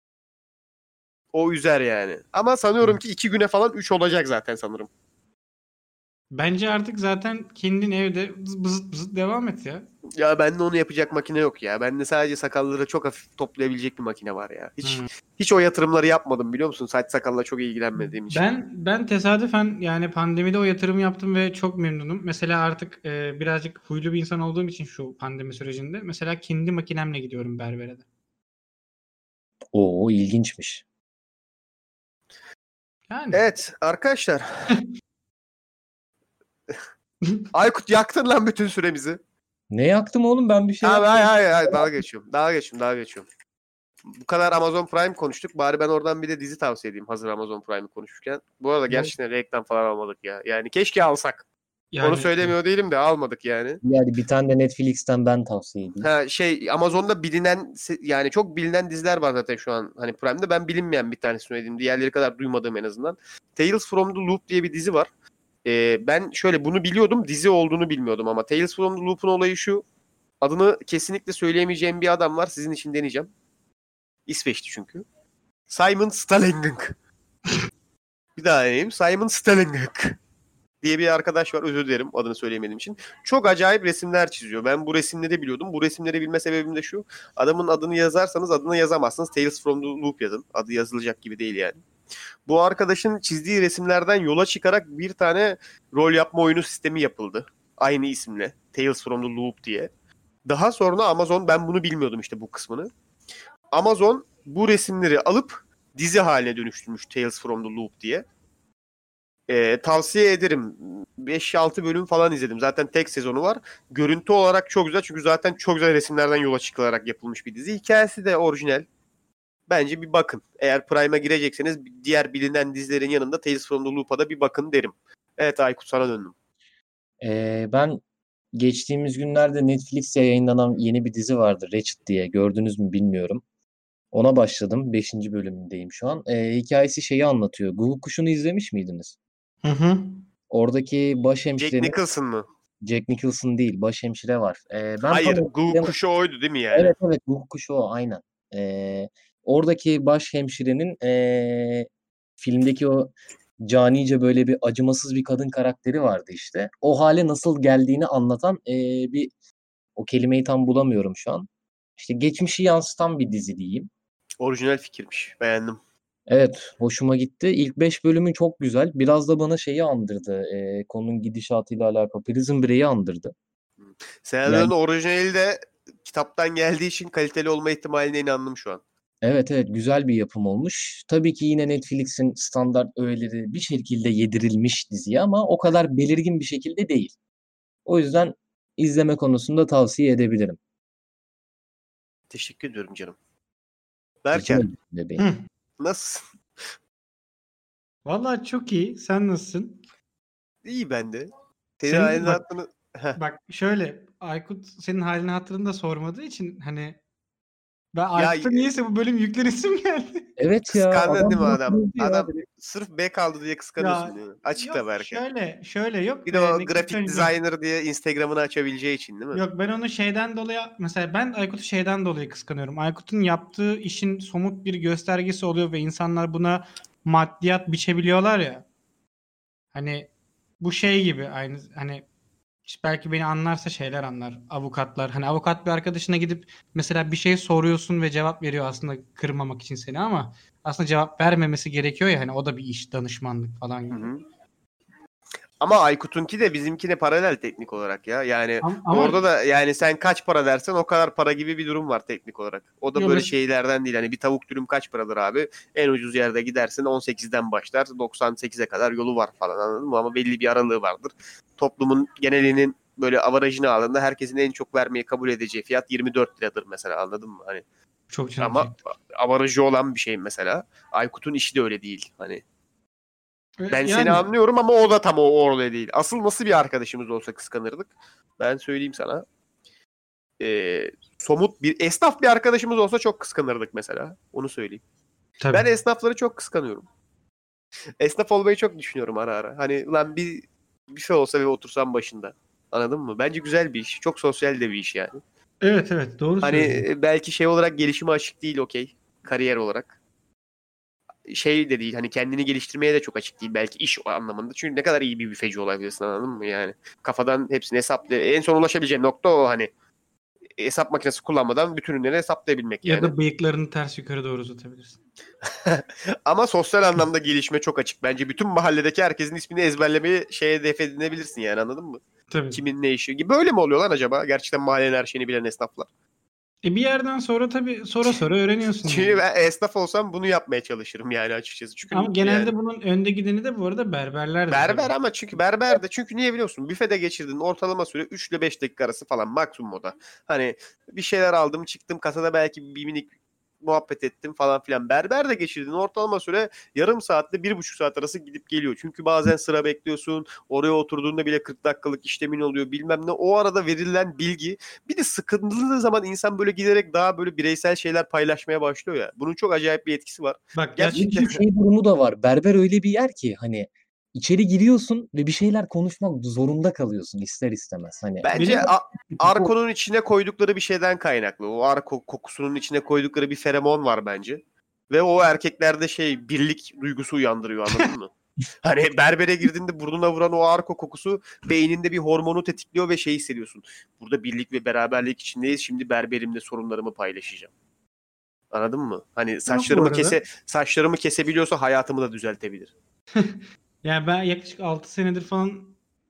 O üzer yani. Ama sanıyorum ki iki güne falan üç olacak zaten sanırım. Bence artık zaten kendin evde bızıt bızıt devam et ya. Ya bende onu yapacak makine yok ya. Bende sadece sakalları çok hafif toplayabilecek bir makine var ya. Hiç Hı. hiç o yatırımları yapmadım biliyor musun? Saç sakalla çok ilgilenmediğim için. Ben ben tesadüfen yani pandemide o yatırımı yaptım ve çok memnunum. Mesela artık e, birazcık huylu bir insan olduğum için şu pandemi sürecinde mesela kendi makinemle gidiyorum berbere de. Oo ilginçmiş. Yani Evet arkadaşlar. Aykut yaktın lan bütün süremizi. Ne yaktım oğlum, ben bir şey Abi yapmadım. hayır hayır hayır dalga geçiyorum. Dalga geçiyorum dalga geçiyorum. Bu kadar Amazon Prime konuştuk. Bari ben oradan bir de dizi tavsiye edeyim hazır Amazon Prime'ı konuşurken. Bu arada gerçekten reklam falan almadık ya. Yani keşke alsak. yani Onu söylemiyor değilim de almadık yani. Yani bir tane de Netflix'ten ben tavsiye edeyim. Ha şey Amazon'da bilinen yani çok bilinen diziler var zaten şu an hani Prime'de. Ben bilinmeyen bir tanesini ödedim. Diğerleri kadar duymadığım en azından. Tales from the Loop diye bir dizi var. Ee, ben şöyle bunu biliyordum. Dizi olduğunu bilmiyordum ama Tales from the Loop'un olayı şu. Adını kesinlikle söyleyemeyeceğim bir adam var. Sizin için deneyeceğim. İsveç'ti çünkü. Simon Stellingek. Bir daha deneyeyim. Simon Stellingek diye bir arkadaş var. Özür dilerim adını söyleyemediğim için. Çok acayip resimler çiziyor. Ben bu resimleri biliyordum. Bu resimleri bilme sebebim de şu. Adamın adını yazarsanız adını yazamazsınız. Tales from the Loop yazın. Adı yazılacak gibi değil yani. Bu arkadaşın çizdiği resimlerden yola çıkarak bir tane rol yapma oyunu sistemi yapıldı. Aynı isimle. Tales from the Loop diye. Daha sonra Amazon, ben bunu bilmiyordum işte bu kısmını. Amazon bu resimleri alıp dizi haline dönüştürmüş Tales from the Loop diye. Ee, tavsiye ederim. beş altı bölüm falan izledim. Zaten tek sezonu var. Görüntü olarak çok güzel. Çünkü zaten çok güzel resimlerden yola çıkılarak yapılmış bir dizi. Hikayesi de orijinal. Bence bir bakın. Eğer Prime'a girecekseniz diğer bilinen dizilerin yanında Tales from the Loop'a da bir bakın derim. Evet Aykut, sana döndüm. Ee, ben geçtiğimiz günlerde Netflix'te yayınlanan yeni bir dizi vardı, Ratched diye. Gördünüz mü bilmiyorum. Ona başladım. Beşinci bölümündeyim şu an. Ee, hikayesi şeyi anlatıyor. Guguk Kuşu'nu izlemiş miydiniz? Hı hı. Oradaki Jack başhemşirenin Nicholson mı? Jack Nicholson değil, başhemşire var. Ee, ben Hayır. tam Guguk hatırlayamadım. Kuşu oydu değil mi yani? Evet evet, Guguk Kuşu o aynen. Ee, oradaki başhemşirenin ee, filmdeki o canice böyle bir acımasız bir kadın karakteri vardı işte. O hale nasıl geldiğini anlatan ee, bir o kelimeyi tam bulamıyorum şu an. İşte geçmişi yansıtan bir dizi diyeyim. Orijinal fikirmiş. Beğendim. Evet, hoşuma gitti. İlk beş bölümü çok güzel. Biraz da bana şeyi andırdı. ee, konunun gidişatıyla alakalı. Prison Break'i andırdı. Senaryo'nun Yani orijinali de kitaptan geldiği için kaliteli olma ihtimaline inandım şu an. evet evet, güzel bir yapım olmuş. Tabii ki yine Netflix'in standart öğeleri bir şekilde yedirilmiş diziye ama o kadar belirgin bir şekilde değil. O yüzden izleme konusunda tavsiye edebilirim. Teşekkür ediyorum canım. Rica Berker, ederim bebeğim. Hı. nasılsın? Vallahi çok iyi. Sen nasılsın? İyi ben de. Senin Senin halini de bak hattını... Heh. bak şöyle Aykut senin halini hatırını da sormadığı için hani ben Ya Aykut'a niyeyse bu bölüm yüklenesim geldi. Evet ya, kıskandın adam değil mi bana adam? kırıldı ya Adam direkt. sırf B kaldı diye kıskanıyorsun Ya değil mi? Açıkla yok Berker. şöyle şöyle yok Bir de e, o ne ilk grafik önce designer diye Instagram'ını açabileceği için değil mi? yok ben onu şeyden dolayı mesela ben Aykut'u şeyden dolayı kıskanıyorum. Aykut'un yaptığı işin somut bir göstergesi oluyor ve insanlar buna maddiyat biçebiliyorlar ya. Hani bu şey gibi aynı hani işte belki beni anlarsa şeyler anlar. Avukatlar. Hani avukat bir arkadaşına gidip mesela bir şey soruyorsun ve cevap veriyor aslında kırmamak için seni ama aslında cevap vermemesi gerekiyor ya hani o da bir iş danışmanlık falan Hı gibi. hı. Ama Aykut'unki de bizimkine paralel teknik olarak ya. Yani Ama, ama orada da yani sen kaç para dersen o kadar para gibi bir durum var teknik olarak. O da yo, böyle mes- şeylerden değil. Hani bir tavuk dürüm kaç paradır abi? En ucuz yerde gidersin on sekizden başlar. doksan sekize kadar yolu var falan, anladın mı? Ama belli bir aralığı vardır. Toplumun genelinin böyle avarajını aldığında herkesin en çok vermeyi kabul edeceği fiyat yirmi dört liradır mesela, anladın mı? Hani çok canım ama çekti. avarajı olan bir şey mesela. Aykut'un işi de öyle değil. Hani E, ben seni Yani anlıyorum ama o da tam o orada değil. Asıl nasıl bir arkadaşımız olsa kıskanırdık. Ben söyleyeyim sana. Ee, somut bir esnaf bir arkadaşımız olsa çok kıskanırdık mesela. Onu söyleyeyim. tabii. Ben esnafları çok kıskanıyorum. Esnaf olmayı çok düşünüyorum ara ara. Hani lan bir bir şey olsa ve otursam başında. Anladın mı? Bence güzel bir iş. Çok sosyal de bir iş yani. Evet evet doğru Hani söylüyorsun. e, belki şey olarak gelişime açık değil, okey. Kariyer olarak. Şey de değil, hani kendini geliştirmeye de çok açık değil belki iş anlamında. Çünkü ne kadar iyi bir büfeci olabilirsin, anladın mı yani. Kafadan hepsini hesapla. En son ulaşabileceğin nokta o, hani hesap makinesi kullanmadan bütün ürünleri hesaplayabilmek Ya yani. da bıyıklarını ters yukarı doğru uzatabilirsin. Ama sosyal anlamda gelişme çok açık. Bence bütün mahalledeki herkesin ismini ezberlemeyi şeye hedef edinebilirsin yani, anladın mı? Tabii. Kimin ne işi gibi. Böyle mi oluyor lan acaba? Gerçekten mahallenin her şeyini bilen esnaflar. E bir yerden sonra tabii sonra sonra öğreniyorsun Çünkü yani. ben esnaf olsam bunu yapmaya çalışırım yani açıkçası. Ama Çünkü genelde yani bunun önde gideni de bu arada berberlerdir berber, tabii. ama çünkü berber de çünkü niye biliyorsun? Büfede geçirdiğin ortalama süre üç ile beş dakika arası falan maksimum o da. Hani bir şeyler aldım çıktım kasada belki bir minik muhabbet ettim falan filan. Berber de geçirdiğin ortalama süre yarım saatle bir buçuk saat arası gidip geliyor. Çünkü bazen sıra bekliyorsun. Oraya oturduğunda bile kırk dakikalık işlemin oluyor bilmem ne. O arada verilen bilgi, bir de sıkıntılı zaman insan böyle giderek daha böyle bireysel şeyler paylaşmaya başlıyor ya. Bunun çok acayip bir etkisi var. Bak Gerçekten Bir gerçekten şey durumu da var. Berber öyle bir yer ki hani içeri giriyorsun ve bir şeyler konuşmak zorunda kalıyorsun ister istemez. Hani bence benim A- Arko'nun içine koydukları bir şeyden kaynaklı. O Arko kokusunun içine koydukları bir feromon var bence. Ve o erkeklerde şey birlik duygusu uyandırıyor, anladın mı? Hani berbere girdiğinde burnuna vuran o Arko kokusu beyninde bir hormonu tetikliyor ve şey hissediyorsun. Burada birlik ve beraberlik içindeyiz. Şimdi berberimle sorunlarımı paylaşacağım. Anladın mı? Hani yok bu saçlarımı arada. kese saçlarımı kesebiliyorsa hayatımı da düzeltebilir. Yani ben yaklaşık altı senedir falan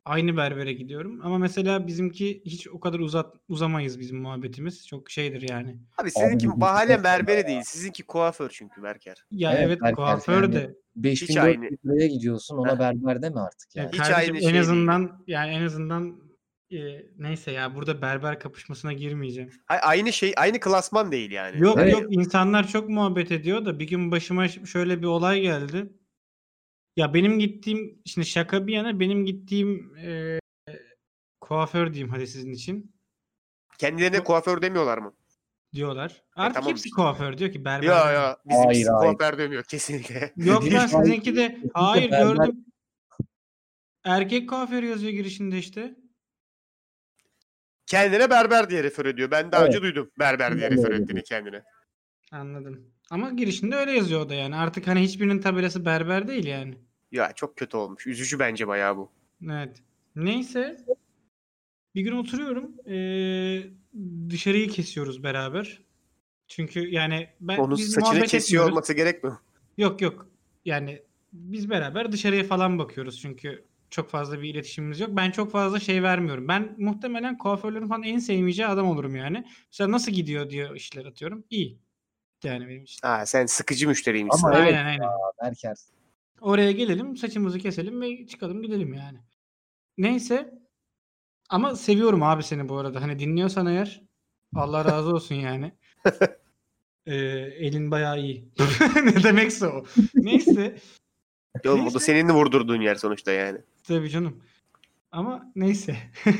aynı berbere gidiyorum. Ama mesela bizimki hiç o kadar uzat uzamayız bizim muhabbetimiz. Çok şeydir yani. Abi sizinki Abi, halen berberi değil. Sizinki kuaför çünkü Berker. Ya Evet evet Berker, kuaför yani de. beş Hiç bin dört aynı. yüz liraya gidiyorsun, ona Heh. berber deme artık Ya yani. Hiç kardeşim aynı en şey değil. azından yani en azından e, neyse ya burada berber kapışmasına girmeyeceğim. Hayır, aynı şey, aynı klasman değil yani. Yok Hani yok insanlar çok muhabbet ediyor da bir gün başıma ş- şöyle bir olay geldi. Ya benim gittiğim şimdi şaka bir yana benim gittiğim e, kuaför diyeyim hadi sizin için kendilerine Yok. kuaför demiyorlar mı? diyorlar. E Artık tamam hepsi işte. kuaför diyor ki berber Ya deme. ya bizimkisi Hayır, hayır. kuaför demiyor kesinlikle. Yok lan Hayır, sizinki de kesinlikle hayır berber- gördüm. Erkek kuaför yazıyor girişinde işte. Kendine berber diye refer ediyor. Ben daha Evet. önce duydum berber diye Ben de refer öyle ettiğini duydum. kendine. Anladım. Ama girişinde öyle yazıyor o da yani. Artık hani hiçbirinin tabelası berber değil yani. Ya çok kötü olmuş. Üzücü bence bayağı bu. Evet. Neyse. Bir gün oturuyorum. Ee, dışarıyı kesiyoruz beraber. Çünkü yani ben Onun biz saçını muhabbet kesiyor etmiyoruz. olması gerekmiyor. Yok yok. Yani biz beraber dışarıya falan bakıyoruz. Çünkü çok fazla bir iletişimimiz yok. Ben çok fazla şey vermiyorum. Ben muhtemelen kuaförlerin falan en sevmeyeceği adam olurum yani. Mesela nasıl gidiyor diyor işler atıyorum. İyi. Yani benim için. Ha sen sıkıcı müşteriymişsin. Ama abi. evet Aynen aynen. Berker. Oraya gelelim, saçımızı keselim ve çıkalım gidelim yani. Neyse. Ama seviyorum abi seni bu arada. Hani dinliyorsan eğer Allah razı olsun yani. Ee, elin bayağı iyi. Ne demekse o. Neyse. Oğlum bu da Neyse. senin de vurdurduğun yer sonuçta yani. Tabii canım. Ama neyse.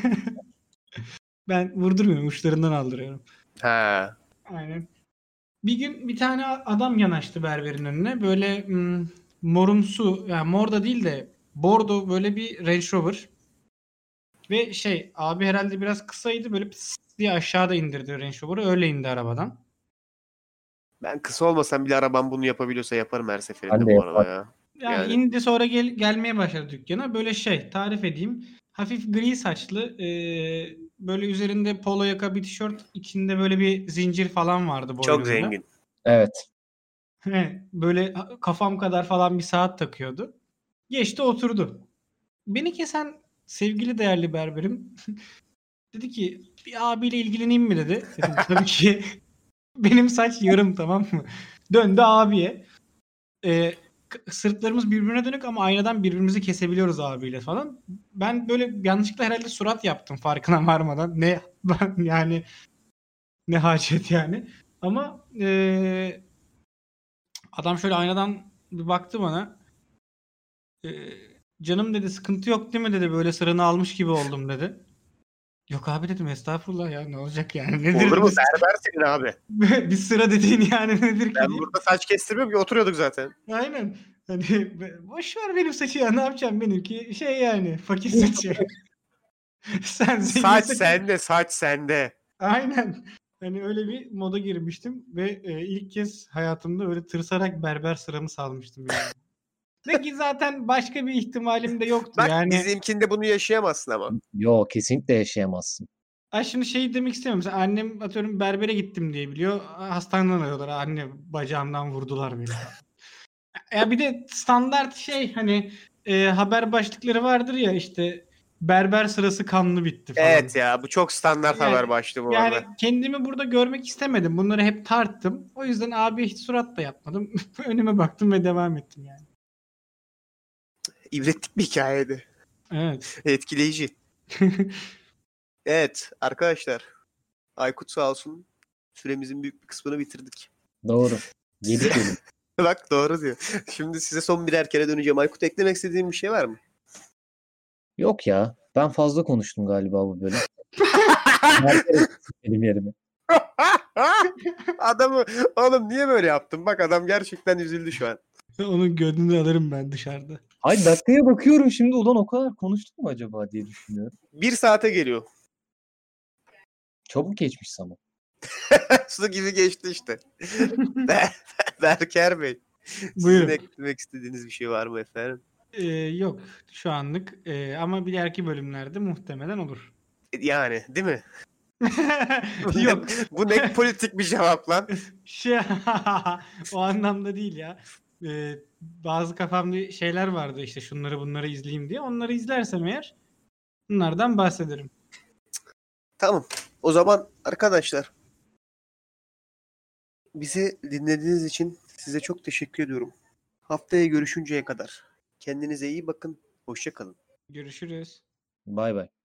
Ben vurdurmuyorum. Uçlarından aldırıyorum. Ha. Aynen. Bir gün bir tane adam yanaştı berberin önüne. Böyle hmm, morumsu, yani mor da değil de bordo böyle bir Range Rover. Ve şey abi herhalde biraz kısaydı. Böyle pıs diye aşağıda indirdi Range Rover'ı. Öyle indi arabadan. Ben kısa olmasam bile arabam bunu yapabiliyorsa yaparım her seferinde Ben de bu arada ya. Yani, Yani. indi sonra gel, gelmeye başladı dükkana. Böyle şey tarif edeyim. Hafif gri saçlı. e, böyle üzerinde polo yaka bir tişört. İçinde böyle bir zincir falan vardı boynunda. Çok zengin. Evet. Böyle kafam kadar falan bir saat takıyordu. Geçti oturdu. Beni kesen sevgili değerli berberim dedi ki bir abiyle ilgileneyim mi dedi. Dedim tabii ki. Benim saç yarım tamam mı? Döndü abiye. Ee, k- sırtlarımız birbirine dönük ama aynadan birbirimizi kesebiliyoruz abiyle falan. Ben böyle yanlışlıkla herhalde surat yaptım farkına varmadan. Ne ben yani ne hacet yani. Ama ee, adam şöyle aynadan bir baktı bana. Ee, canım dedi sıkıntı yok değil mi dedi. Böyle sıranı almış gibi oldum dedi. Yok abi dedim estağfurullah ya ne olacak yani nedir? Olur mu? Bir, Berber senin abi. bir sıra dediğin yani nedir ki Ben deyip. burada saç kestirmiyorum ki oturuyorduk zaten. Aynen. Hani be- boş ver benim saçı ya ne yapacağım benimki şey yani fakir saçı. Sen zengin Saç saçı. sende, saç sende. Aynen. Hani öyle bir moda girmiştim ve e, ilk kez hayatımda öyle tırsarak berber sıramı salmıştım yani. Ve ki zaten başka bir ihtimalim de yoktu Bak yani. bizimkinde bunu yaşayamazsın ama. Yo, kesinlikle yaşayamazsın. Ay şimdi şey demek istemiyorum. Mesela annem atıyorum berbere gittim diye biliyor. Hastaneden arıyorlar. Anne bacağımdan vurdular beni. Ya bir de standart şey hani e, haber başlıkları vardır ya işte berber sırası kanlı bitti falan. Evet ya bu çok standart Yani- haber başlığı bu Yani arada. kendimi burada görmek istemedim. Bunları hep tarttım. O yüzden abi hiç surat da yapmadım. Önüme baktım ve devam ettim yani. İbretlik bir hikayeydi. Evet. Etkileyici. Evet arkadaşlar. Aykut sağ olsun. Süremizin büyük bir kısmını bitirdik. Doğru. Yedi bölüm. Bak doğru diyor. Şimdi size son birer kere döneceğim. Aykut eklemek istediğin bir şey var mı? Yok ya. Ben fazla konuştum galiba bu bölüm. Berker benim yerime. Adamı oğlum niye böyle yaptın? Bak adam gerçekten üzüldü şu an. Onun gönlünü alırım ben dışarıda. Hayır, dakikaya bakıyorum şimdi, ulan o kadar konuştuk mu acaba diye düşünüyorum. Bir saate geliyor. Çabuk geçmiş zaman. Su gibi geçti işte. Ber- Berker Bey. Sizin Buyurun. eklemek istediğiniz bir şey var mı efendim? Ee, yok şu anlık Ee, ama bir dahaki bölümlerde muhtemelen olur. Yani değil mi? Yok. Bu ne politik bir cevap lan? Şey, o anlamda değil ya. Ee, bazı kafamda şeyler vardı işte şunları bunları izleyeyim diye. Onları izlersem eğer Bunlardan bahsederim. Tamam. O zaman arkadaşlar bizi dinlediğiniz için size çok teşekkür ediyorum. Haftaya görüşünceye kadar kendinize iyi bakın. Hoşça kalın. Görüşürüz. Bay bay.